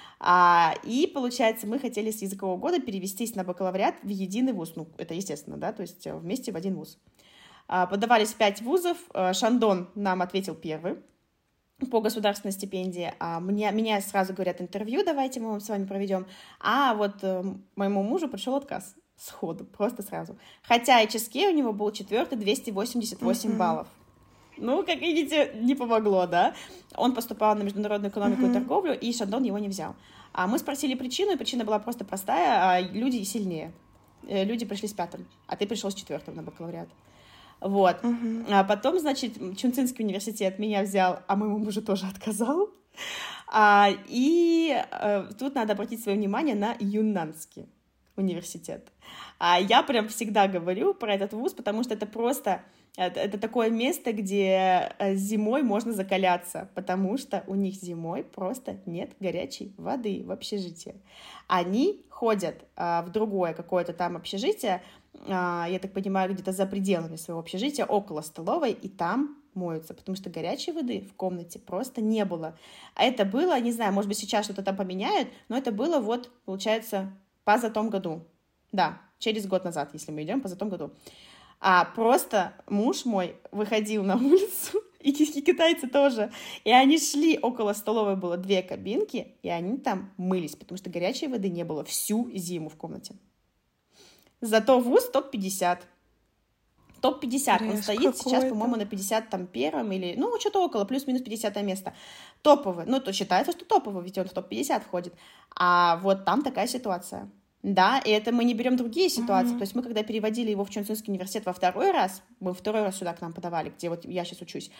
А, и, получается, мы хотели с языкового года перевестись на бакалавриат в единый вуз. Ну, это естественно, да, то есть вместе в один вуз. А, подавались в пять вузов, Шандон нам ответил первый по государственной стипендии, а мне, меня сразу говорят интервью, давайте мы с вами проведем, а вот э, моему мужу пришел отказ сходу, просто сразу. Хотя эйч эс кей у него был четвертый, двести восемьдесят восемь mm-hmm. баллов. Ну, как видите, не помогло, да? Он поступал на международную экономику mm-hmm. и торговлю, и Шандон его не взял. А мы спросили причину, и причина была просто простая, а люди сильнее. Люди пришли с пятым, а ты пришел с четвертым на бакалавриат. Вот. Uh-huh. А потом, значит, Чунцинский университет меня взял, а моему мужу тоже отказал. А, и а, тут надо обратить свое внимание на Юннанский университет. А я прям всегда говорю про этот вуз, потому что это просто... Это, это такое место, где зимой можно закаляться, потому что у них зимой просто нет горячей воды в общежитии. Они ходят а, в другое какое-то там общежитие, а, я так понимаю, где-то за пределами своего общежития, около столовой, и там моются, потому что горячей воды в комнате просто не было. А это было, не знаю, может быть, сейчас что-то там поменяют, но это было вот, получается, позатом году. Да, через год назад, если мы идем, позатом году. А просто муж мой выходил на улицу, и китайцы тоже, и они шли, около столовой было две кабинки, и они там мылись, потому что горячей воды не было всю зиму в комнате. Зато вуз топ пятьдесят. топ пятьдесят, Реш, он стоит сейчас, по-моему, на пятьдесят первом или, ну, что-то около, плюс-минус пятидесятое место. Топовый, ну, то считается, что топовый, ведь он в топ пятьдесят входит. А вот там такая ситуация. Да, и это мы не берем другие ситуации. Mm-hmm. То есть мы, когда переводили его в Чунцинский университет во второй раз, мы второй раз сюда к нам подавали, где вот я сейчас учусь,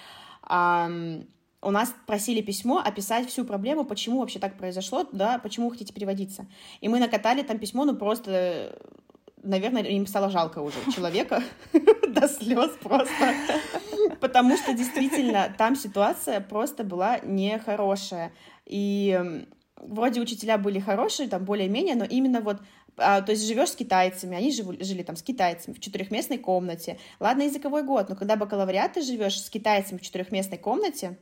эм, у нас просили письмо описать всю проблему, почему вообще так произошло, да, почему вы хотите переводиться. И мы накатали там письмо, ну просто, наверное, им стало жалко уже человека до слез просто. Потому что действительно там ситуация просто была нехорошая. И... Вроде учителя были хорошие, там более-менее, но именно вот, а, то есть живешь с китайцами, они жив, жили там с китайцами в четырехместной комнате. Ладно, языковой год, но когда бакалавриат ты живешь с китайцами в четырехместной комнате,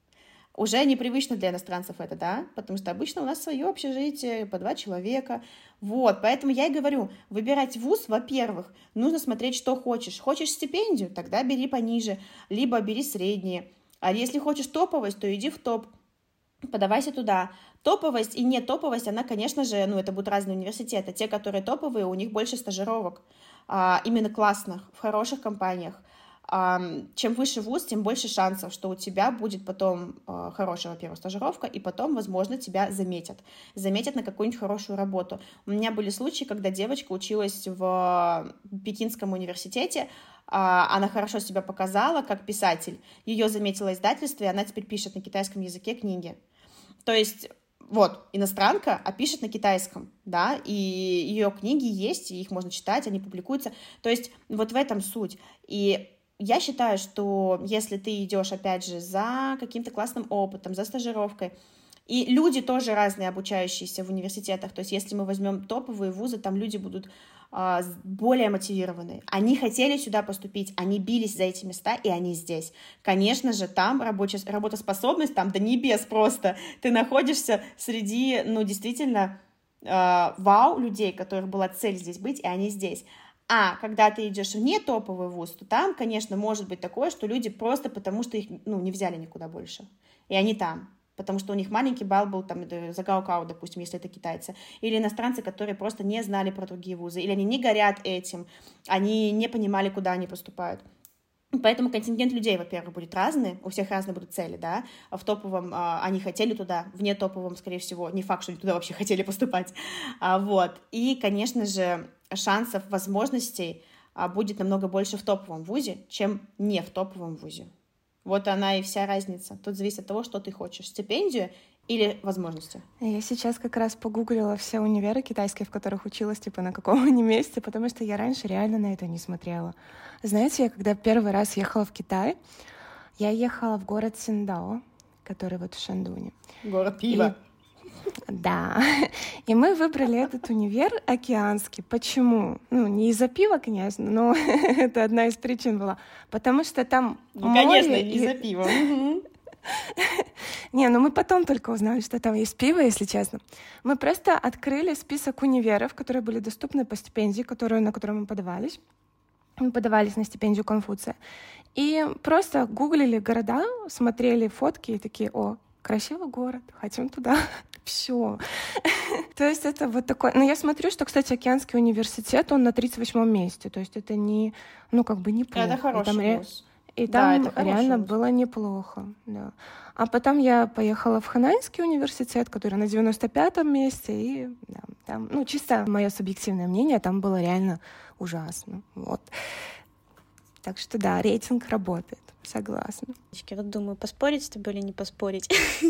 уже непривычно для иностранцев это, да, потому что обычно у нас свое общежитие, по два человека, вот, поэтому я и говорю, выбирать вуз, во-первых, нужно смотреть, что хочешь. Хочешь стипендию, тогда бери пониже, либо бери средние, а если хочешь топовость, то иди в топ. Подавайся туда. Топовость и не топовость, она, конечно же, ну, это будут разные университеты. Те, которые топовые, у них больше стажировок, а, именно классных, в хороших компаниях. А, чем выше вуз, тем больше шансов, что у тебя будет потом а, хорошая, во-первых, стажировка, и потом, возможно, тебя заметят. Заметят на какую-нибудь хорошую работу. У меня были случаи, когда девочка училась в Пекинском университете, а, она хорошо себя показала как писатель. Ее заметило издательство, и она теперь пишет на китайском языке книги. То есть, вот, иностранка, а пишет на китайском, да, и ее книги есть, и их можно читать, они публикуются. То есть, вот в этом суть. И я считаю, что если ты идешь, опять же, за каким-то классным опытом, за стажировкой, И люди тоже разные, обучающиеся в университетах. То есть если мы возьмем топовые вузы, там люди будут э, более мотивированы. Они хотели сюда поступить, они бились за эти места, и они здесь. Конечно же, там рабочая, работоспособность, там до небес просто. Ты находишься среди, ну, действительно, э, вау людей, у которых была цель здесь быть, и они здесь. А когда ты идешь в не топовый вуз, то там, конечно, может быть такое, что люди просто потому, что их, ну, не взяли никуда больше. И они там. Потому что у них маленький балл был там за Гаокао, допустим, если это китайцы. Или иностранцы, которые просто не знали про другие вузы. Или они не горят этим, они не понимали, куда они поступают. Поэтому контингент людей, во-первых, будет разный, у всех разные будут цели, да, в топовом а, они хотели туда, в нетоповом, скорее всего, не факт, что они туда вообще хотели поступать, а, вот, и, конечно же, шансов, возможностей а, будет намного больше в топовом вузе, чем не в топовом вузе. Вот она и вся разница, тут зависит от того, что ты хочешь, стипендию или возможности. Я сейчас как раз погуглила все универы китайские, в которых училась, типа, на каком они месте, потому что я раньше реально на это не смотрела. Знаете, я когда первый раз ехала в Китай, я ехала в город Циндао, который вот в Шаньдуне. Город пива. И... Да. И мы выбрали этот универ океанский. Почему? Ну, не из-за пива, конечно, но это одна из причин была. Потому что там ну, море... конечно, не из-за пива. Не, ну мы потом только узнали, что там есть пиво, если честно. Мы просто открыли список универов, которые были доступны по стипендии, которую, на которую мы подавались. Мы подавались на стипендию Конфуция. И просто гуглили города, смотрели фотки и такие: о, красивый город, хотим туда. Все. То есть это вот такой... Ну, я смотрю, что, кстати, Океанский университет, он на тридцать восьмом месте. То есть это не... Ну, как бы неплохо. Это хороший вуз. И там да, реально вуз. Было неплохо, да. А потом я поехала в Хэнаньский университет, который на девяносто пятом месте, и да, там, ну, чисто мое субъективное мнение, там было реально ужасно, вот. Так что да, рейтинг работает, согласна. Я вот думаю, поспорить с тобой или не поспорить?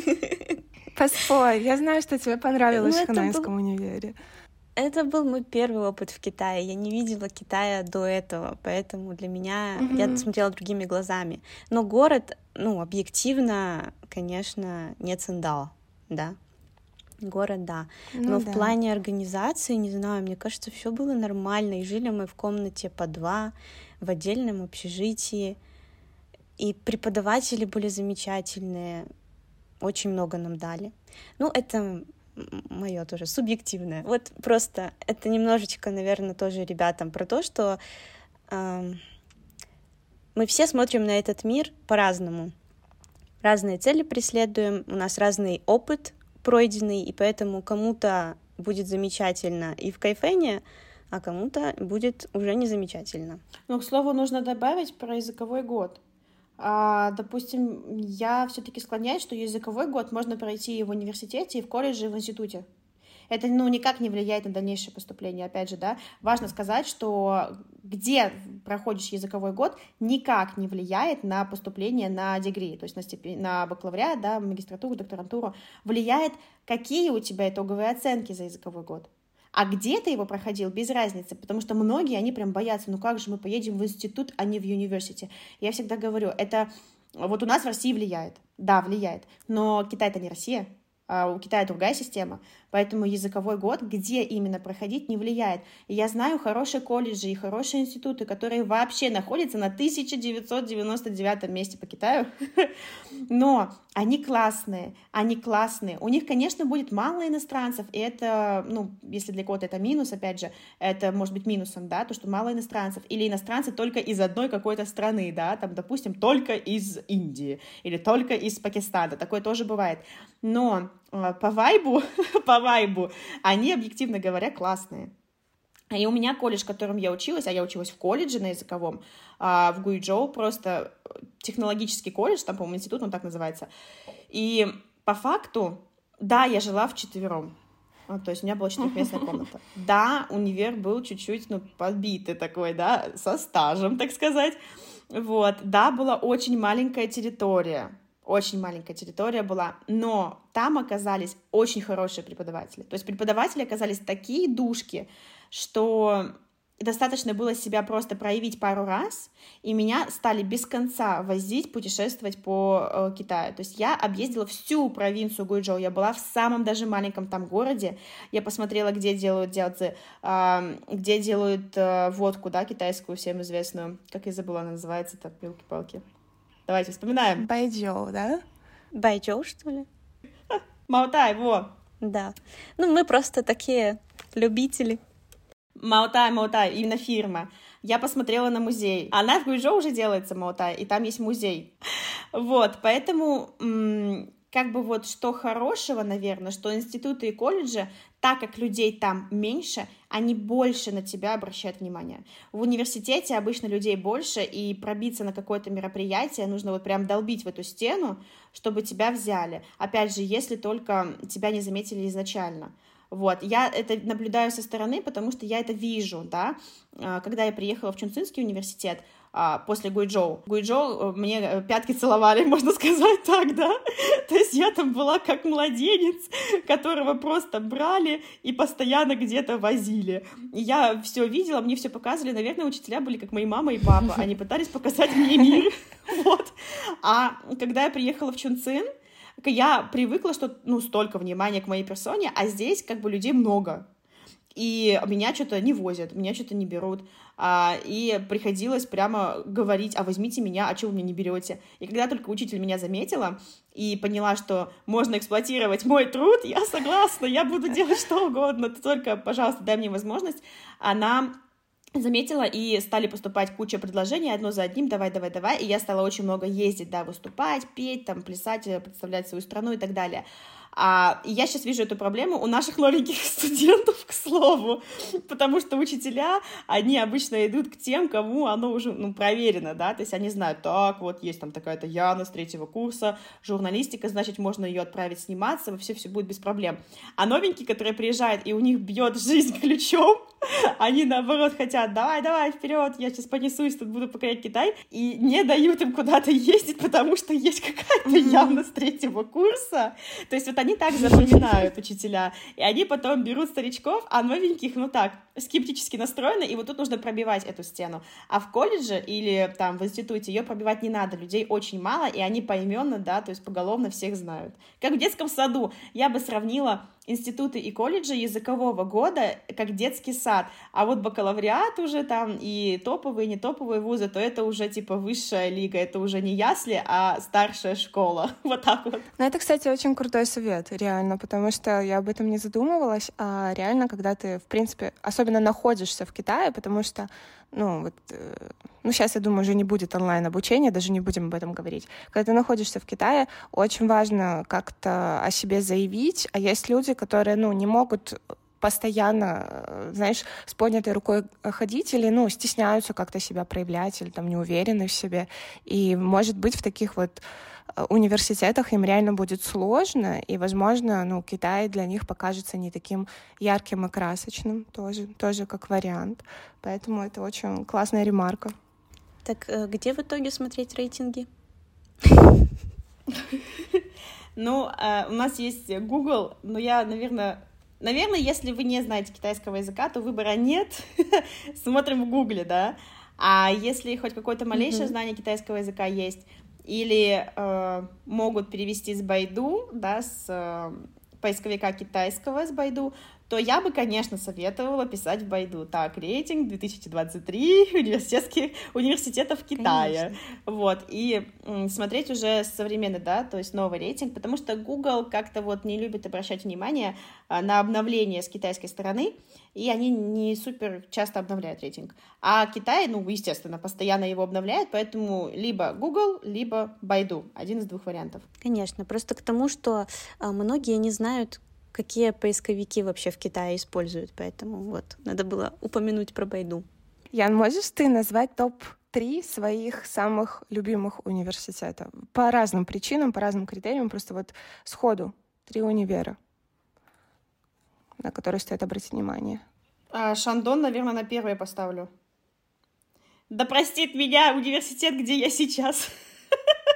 Поспорь, я знаю, что тебе понравилось ну, в Хэнаньском был... универе. Это был мой первый опыт в Китае. Я не видела Китая до этого, поэтому для меня mm-hmm. я смотрела другими глазами. Но город, ну, объективно, конечно, не Циндао, да. Город, да. Ну, Но да. в плане организации, не знаю, мне кажется, все было нормально. И жили мы в комнате по два, в отдельном общежитии. И преподаватели были замечательные. Очень много нам дали. Ну, это... мое тоже субъективное. Вот просто это немножечко, наверное, тоже ребятам про то, что э, мы все смотрим на этот мир по-разному. Разные цели преследуем, у нас разный опыт пройденный, и поэтому кому-то будет замечательно и в Кайфэне, а кому-то будет уже не замечательно. Ну, к слову, нужно добавить про языковой год. А, допустим, я все-таки склоняюсь, что языковой год можно пройти и в университете, и в колледже, и в институте. Это, ну, никак не влияет на дальнейшее поступление. Опять же, да, важно сказать, что где проходишь языковой год, никак не влияет на поступление на дегри, то есть на, степень, на бакалавриат, да, магистратуру, докторантуру. Влияет, какие у тебя итоговые оценки за языковой год. А где ты его проходил, без разницы, потому что многие, они прям боятся, ну как же мы поедем в институт, а не в университет. Я всегда говорю, это вот у нас в России влияет, да, влияет, но Китай-то не Россия, а у Китая другая система, поэтому языковой год, где именно проходить, не влияет. И я знаю хорошие колледжи и хорошие институты, которые вообще находятся на тысяча девятьсот девяносто девятом месте по Китаю, но они классные, они классные. У них, конечно, будет мало иностранцев, и это, ну, если для кого-то это минус, опять же, это может быть минусом, да, то, что мало иностранцев, или иностранцы только из одной какой-то страны, да, там, допустим, только из Индии, или только из Пакистана, такое тоже бывает. Но по вайбу, по вайбу, они, объективно говоря, классные. И у меня колледж, в котором я училась, а я училась в колледже на языковом, в Гуйчжоу, просто технологический колледж, там, по-моему, институт, он так называется. И по факту, да, я жила вчетвером. То есть у меня была четырехместная комната. Да, универ был чуть-чуть, ну, подбитый такой, да, со стажем, так сказать. Вот, да, была очень маленькая территория. Очень маленькая территория была, но там оказались очень хорошие преподаватели. То есть преподаватели оказались такие душки, что достаточно было себя просто проявить пару раз, и меня стали без конца возить, путешествовать по э, Китаю. То есть я объездила всю провинцию Гуйчжоу, я была в самом даже маленьком там городе, я посмотрела, где делают дяоцзи, э, где делают э, водку, да, китайскую, всем известную. Как я забыла, она называется-то, пилки-палки. Давайте вспоминаем. Байджоу, да? Байджоу, что ли? Маотай, во! Да. Ну, мы просто такие любители. Маотай, Маотай, именно фирма. Я посмотрела на музей. Она в Гуйчжоу уже делается, Маотай, и там есть музей. Вот, поэтому м- как бы вот что хорошего, наверное, что институты и колледжи, так как людей там меньше, они больше на тебя обращают внимание. В университете обычно людей больше, и пробиться на какое-то мероприятие нужно вот прям долбить в эту стену, чтобы тебя взяли. Опять же, если только тебя не заметили изначально. Вот, я это наблюдаю со стороны, потому что я это вижу, да, когда я приехала в Чунцинский университет после Гуйчжоу. Гуйчжоу мне пятки целовали, можно сказать так, да, то есть я там была как младенец, которого просто брали и постоянно где-то возили. Я все видела, мне все показывали, наверное, учителя были как мои мама и папа, они пытались показать мне мир, вот. А когда я приехала в Чунцин, я привыкла, что, ну, столько внимания к моей персоне, а здесь как бы людей много. И меня что-то не возят, меня что-то не берут. А, и приходилось прямо говорить: а возьмите меня, а чего вы меня не берете? И когда только учитель меня заметила и поняла, что можно эксплуатировать мой труд, я согласна, я буду делать что угодно, ты только, пожалуйста, дай мне возможность. Она заметила, и стали поступать куча предложений, одно за одним, давай, давай, давай, и я стала очень много ездить, да, выступать, петь, там, плясать, представлять свою страну и так далее. А, и я сейчас вижу эту проблему у наших новеньких студентов, к слову, потому что учителя, они обычно идут к тем, кому оно уже, ну, проверено, да, то есть они знают: так, вот есть там такая-то Яна с третьего курса, журналистика, значит, можно ее отправить сниматься, все, все будет без проблем. А новенькие, которые приезжают, и у них бьет жизнь ключом, они, наоборот, хотят: давай, давай, вперед, я сейчас понесусь, тут буду покорять Китай, и не дают им куда-то ездить, потому что есть какая-то Яна с третьего курса. То есть вот они так запоминают, учителя, и они потом берут старичков, а новеньких, ну так, скептически настроены, и вот тут нужно пробивать эту стену. А в колледже или там в институте ее пробивать не надо, людей очень мало, и они поименно, да, то есть поголовно всех знают. Как в детском саду. Я бы сравнила институты и колледжи языкового года как детский сад, а вот бакалавриат уже там и топовые, и не топовые вузы, то это уже типа высшая лига, это уже не ясли, а старшая школа, вот так вот. Ну, это, кстати, очень крутой совет, реально, потому что я об этом не задумывалась, а реально, когда ты, в принципе, особенно находишься в Китае, потому что, ну, вот, ну, сейчас, я думаю, уже не будет онлайн-обучения, даже не будем об этом говорить. Когда ты находишься в Китае, очень важно как-то о себе заявить, а есть люди, которые, ну, не могут постоянно, знаешь, с поднятой рукой ходить или, ну, стесняются как-то себя проявлять или там не уверены в себе. И, может быть, в таких вот университетах им реально будет сложно, и, возможно, ну, Китай для них покажется не таким ярким и красочным, тоже, тоже как вариант. Поэтому это очень классная ремарка. Так где в итоге смотреть рейтинги? Ну, у нас есть Google, но я, наверное... Наверное, если вы не знаете китайского языка, то выбора нет. Смотрим в Гугле, да. А если хоть какое-то малейшее mm-hmm. знание китайского языка есть, или э, могут перевести с Байду, да, с э, поисковика китайского с Байду, то я бы, конечно, советовала писать в Байду: так, рейтинг две тысячи двадцать три университетских университетов Китая. Конечно. Вот, и м, смотреть уже современный, да, то есть новый рейтинг, потому что Google как-то вот не любит обращать внимание а, на обновление с китайской стороны, и они не супер часто обновляют рейтинг. А Китай, ну, естественно, постоянно его обновляет, поэтому либо Google, либо Байду, один из двух вариантов. Конечно, просто к тому, что а, многие не знают, какие поисковики вообще в Китае используют, поэтому вот, надо было упомянуть про Байду. Ян, можешь ты назвать топ три своих самых любимых университета? По разным причинам, по разным критериям, просто вот сходу три универа, на которые стоит обратить внимание. А, Шандон, наверное, на первое поставлю. Да простит меня университет, где я сейчас.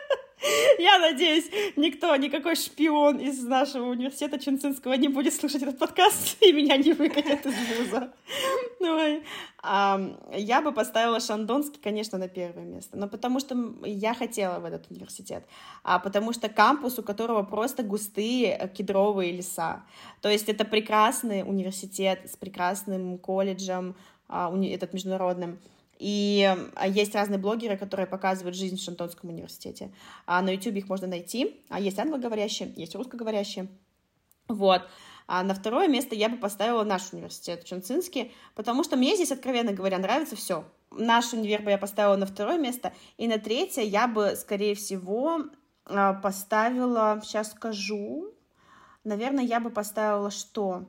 Я надеюсь, никто, никакой шпион из нашего университета Чунцинского не будет слушать этот подкаст и меня не выкатят из вуза. Ой. А, я бы поставила Шандонский, конечно, на первое место, но потому что я хотела в этот университет, а потому что кампус, у которого просто густые кедровые леса. То есть это прекрасный университет с прекрасным колледжем, а, уни- этот международным. И есть разные блогеры, которые показывают жизнь в Шандонском университете. А на YouTube их можно найти. А есть англоговорящие, есть русскоговорящие. Вот. А на второе место я бы поставила наш университет, Чунцинский, потому что мне здесь, откровенно говоря, нравится все. Наш универ бы я поставила на второе место. И на третье я бы, скорее всего, поставила... Сейчас скажу. Наверное, я бы поставила что...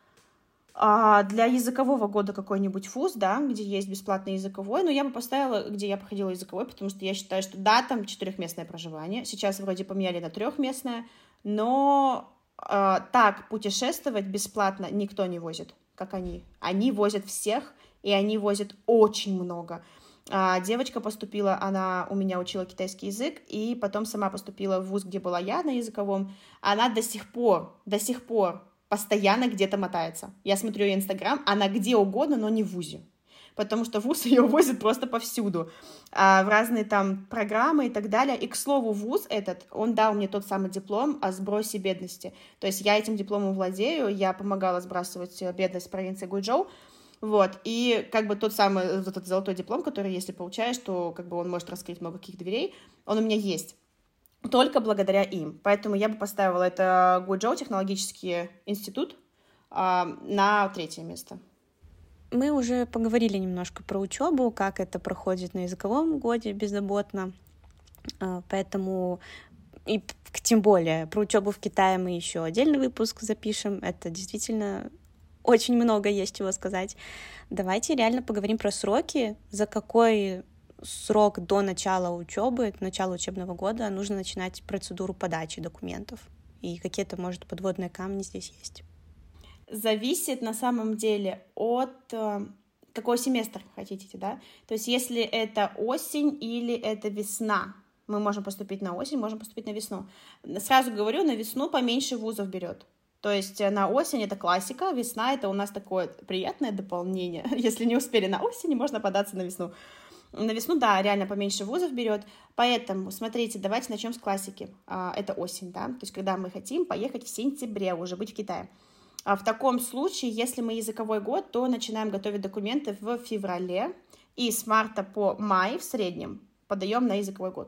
А для языкового года какой-нибудь вуз, да, где есть бесплатный языковой, но я бы поставила, где я проходила языковой, потому что я считаю, что да, там четырехместное проживание, сейчас вроде поменяли на трехместное, но э, так путешествовать бесплатно никто не возит, как они. Они возят всех, и они возят очень много. А девочка поступила, она у меня учила китайский язык, и потом сама поступила в вуз, где была я на языковом. Она до сих пор, до сих пор постоянно где-то мотается. Я смотрю ее инстаграм, она где угодно, но не в вузе. Потому что вуз ее возит просто повсюду. А, в разные там программы и так далее. И, к слову, вуз этот, он дал мне тот самый диплом о сбросе бедности. То есть я этим дипломом владею, я помогала сбрасывать бедность в провинции Гуйчжоу. Вот. И как бы тот самый, вот этот золотой диплом, который, если получаешь, то как бы он может раскрыть много каких дверей, он у меня есть. Только благодаря им. Поэтому я бы поставила это Гуйчжоу технологический институт а, на третье место. Мы уже поговорили немножко про учебу, как это проходит на языковом годе беззаботно. Поэтому и тем более про учебу в Китае мы еще отдельный выпуск запишем. Это действительно очень много есть чего сказать. Давайте реально поговорим про сроки, за какой срок до начала учебы, начала учебного года нужно начинать процедуру подачи документов. И какие-то, может, подводные камни здесь есть? Зависит на самом деле от э, какой семестр хотите, да? То есть если это осень или это весна, мы можем поступить на осень, можем поступить на весну. Сразу говорю, на весну поменьше вузов берет. То есть на осень это классика, весна это у нас такое приятное дополнение. Если не успели на осень, можно податься на весну. На весну, да, реально поменьше вузов берет, поэтому, смотрите, давайте начнем с классики. Это осень, да, то есть когда мы хотим поехать в сентябре, уже быть в Китае. В таком случае, если мы языковой год, то начинаем готовить документы в феврале и с марта по май в среднем подаем на языковой год.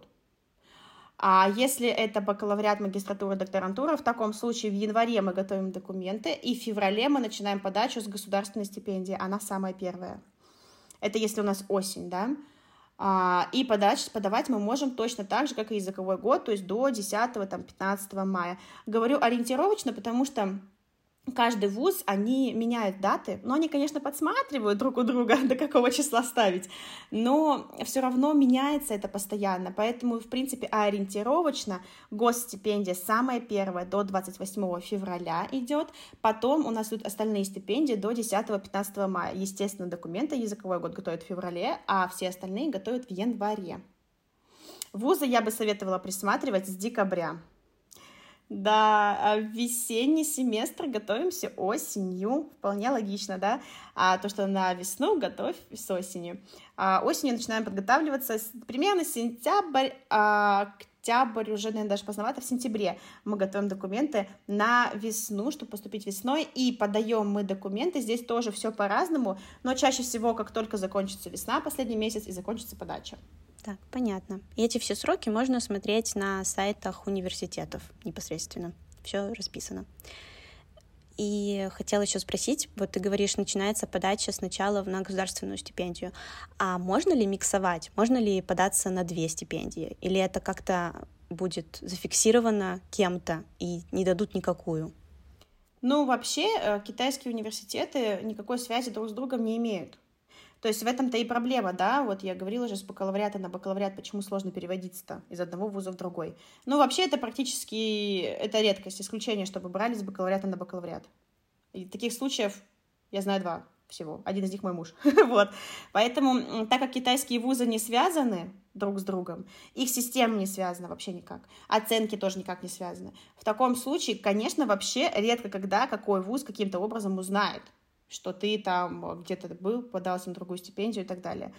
А если это бакалавриат, магистратура, докторантура, в таком случае в январе мы готовим документы, и в феврале мы начинаем подачу с государственной стипендии, она самая первая. Это если у нас осень, да. И подать, подавать мы можем точно так же, как и языковой год, то есть до десятого-пятнадцатого мая. Говорю ориентировочно, потому что каждый вуз, они меняют даты, но они, конечно, подсматривают друг у друга, до какого числа ставить, но все равно меняется это постоянно, поэтому, в принципе, ориентировочно госстипендия самая первая до двадцать восьмого февраля идет, потом у нас идут остальные стипендии до десятого-пятнадцатого мая. Естественно, документы языковой год готовят в феврале, а все остальные готовят в январе. Вузы я бы советовала присматривать с декабря. Да, весенний семестр готовимся осенью, вполне логично, да, а то, что на весну готовь с осенью. А осенью начинаем подготавливаться примерно сентябрь, а октябрь, уже, наверное, даже поздновато, в сентябре мы готовим документы на весну, чтобы поступить весной, и подаем мы документы, здесь тоже все по-разному, но чаще всего, как только закончится весна, последний месяц, и закончится подача. Так, понятно. И эти все сроки можно смотреть на сайтах университетов непосредственно. Все расписано. И хотела еще спросить, вот ты говоришь, начинается подача сначала на государственную стипендию, а можно ли миксовать? Можно ли податься на две стипендии? Или это как-то будет зафиксировано кем-то и не дадут никакую? Ну, вообще, китайские университеты никакой связи друг с другом не имеют. То есть в этом-то и проблема, да, вот я говорила же с бакалавриата на бакалавриат, почему сложно переводиться-то из одного вуза в другой. Ну, вообще это практически, это редкость, исключение, чтобы брали с бакалавриата на бакалавриат. И таких случаев я знаю два. всего. Один из них мой муж. Вот. Поэтому, так как китайские вузы не связаны друг с другом, их система не связана вообще никак, оценки тоже никак не связаны. В таком случае, конечно, вообще редко когда какой вуз каким-то образом узнает, что ты там где-то был, подался на другую стипендию и так далее.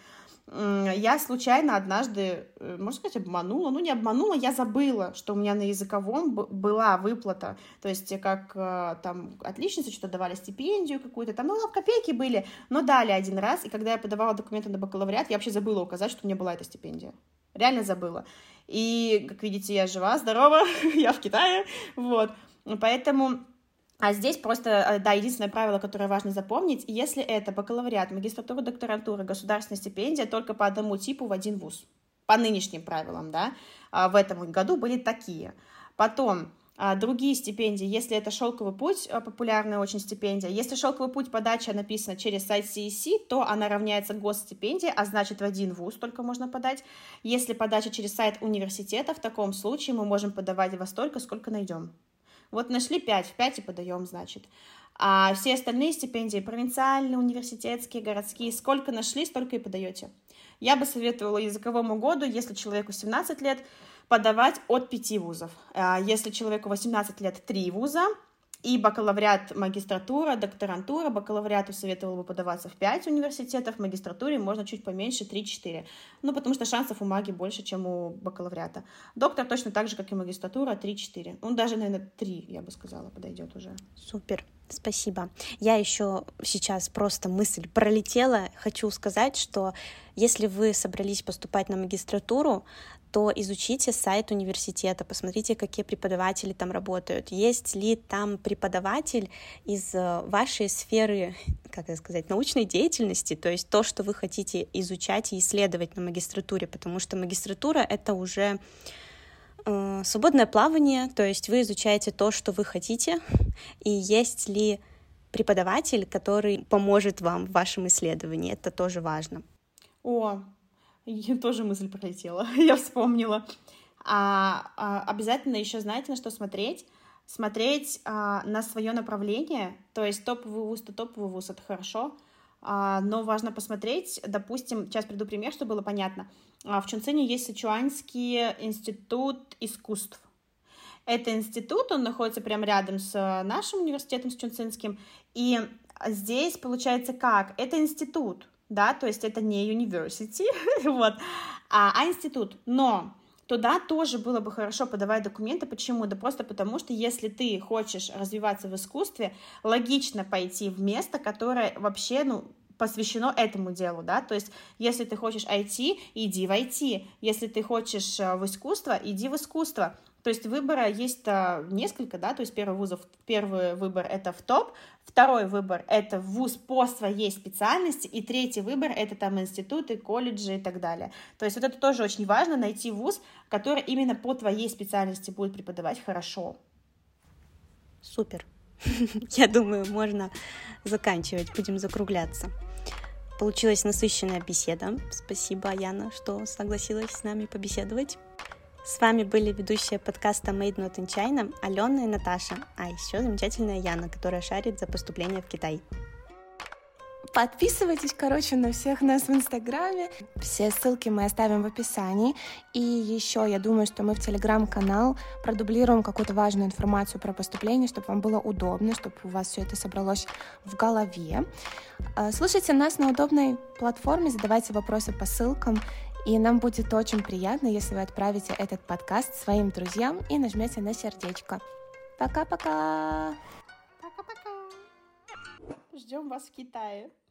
Я случайно однажды, можно сказать, обманула, ну не обманула, я забыла, что у меня на языковом была выплата, то есть как там отличницы что-то давали стипендию какую-то, там, ну, копейки были, но дали один раз, и когда я подавала документы на бакалавриат, я вообще забыла указать, что у меня была эта стипендия, реально забыла. И, как видите, я жива, здорова, я в Китае, вот, поэтому... А здесь просто, да, единственное правило, которое важно запомнить, если это бакалавриат, магистратура, докторантура, государственная стипендия, только по одному типу в один вуз. По нынешним правилам, да, в этом году были такие. Потом, другие стипендии, если это «Шелковый путь», популярная очень стипендия, если «Шелковый путь» подача написана через сайт си эс си, то она равняется госстипендии, а значит в один вуз только можно подать. Если подача через сайт университета, в таком случае мы можем подавать во столько, сколько найдем. Вот нашли пять, в пять и подаем, значит. А все остальные стипендии, провинциальные, университетские, городские, сколько нашли, столько и подаете. Я бы советовала языковому году, если человеку семнадцать лет, подавать от пяти вузов. А если человеку восемнадцать лет, три вуза. И бакалавриат, магистратура, докторантура. Бакалавриату советовала бы подаваться в пять университетов, в магистратуре можно чуть поменьше, три-четыре. Ну, потому что шансов у маги больше, чем у бакалавриата. Доктор точно так же, как и магистратура, три-четыре. Ну, даже, наверное, три, я бы сказала, подойдет уже. Супер. Спасибо. Я еще сейчас просто мысль пролетела. Хочу сказать, что если вы собрались поступать на магистратуру, то изучите сайт университета, посмотрите, какие преподаватели там работают. Есть ли там преподаватель из вашей сферы, как это сказать, научной деятельности, то есть то, что вы хотите изучать и исследовать на магистратуре, потому что магистратура — это уже э, свободное плавание, то есть вы изучаете то, что вы хотите, и есть ли преподаватель, который поможет вам в вашем исследовании, это тоже важно. О, тоже мысль пролетела, я вспомнила. А, а, обязательно еще знаете, на что смотреть? Смотреть а, на свое направление, то есть топовый вуз, то топовый вуз, это хорошо, а, но важно посмотреть, допустим, сейчас приду пример, чтобы было понятно. А, в Чунцине есть Сычуанский институт искусств. Это институт, он находится прямо рядом с нашим университетом, с Чунцинским, и здесь получается как? Это институт. Да, то есть это не university, вот, а, а институт, но туда тоже было бы хорошо подавать документы. Почему? Да просто потому, что если ты хочешь развиваться в искусстве, логично пойти в место, которое вообще, ну, посвящено этому делу, да, то есть если ты хочешь ай ти, иди в ай ти, если ты хочешь в искусство, иди в искусство. То есть выбора есть несколько, да, то есть первый, вузов, первый выбор — это в топ, второй выбор — это вуз по своей специальности, и третий выбор — это там институты, колледжи и так далее. То есть вот это тоже очень важно, найти вуз, который именно по твоей специальности будет преподавать хорошо. Супер. Я думаю, можно заканчивать, будем закругляться. Получилась насыщенная беседа. Спасибо, Яна, что согласилась с нами побеседовать. С вами были ведущие подкаста Made Not in China Алена и Наташа, а еще замечательная Яна, которая шарит за поступление в Китай. Подписывайтесь, короче, на всех нас в Инстаграме. Все ссылки мы оставим в описании. И еще я думаю, что мы в Телеграм-канал продублируем какую-то важную информацию про поступление, чтобы вам было удобно, чтобы у вас все это собралось в голове. Слушайте нас на удобной платформе, задавайте вопросы по ссылкам. И нам будет очень приятно, если вы отправите этот подкаст своим друзьям и нажмете на сердечко. Пока-пока! Пока-пока! Ждем вас в Китае.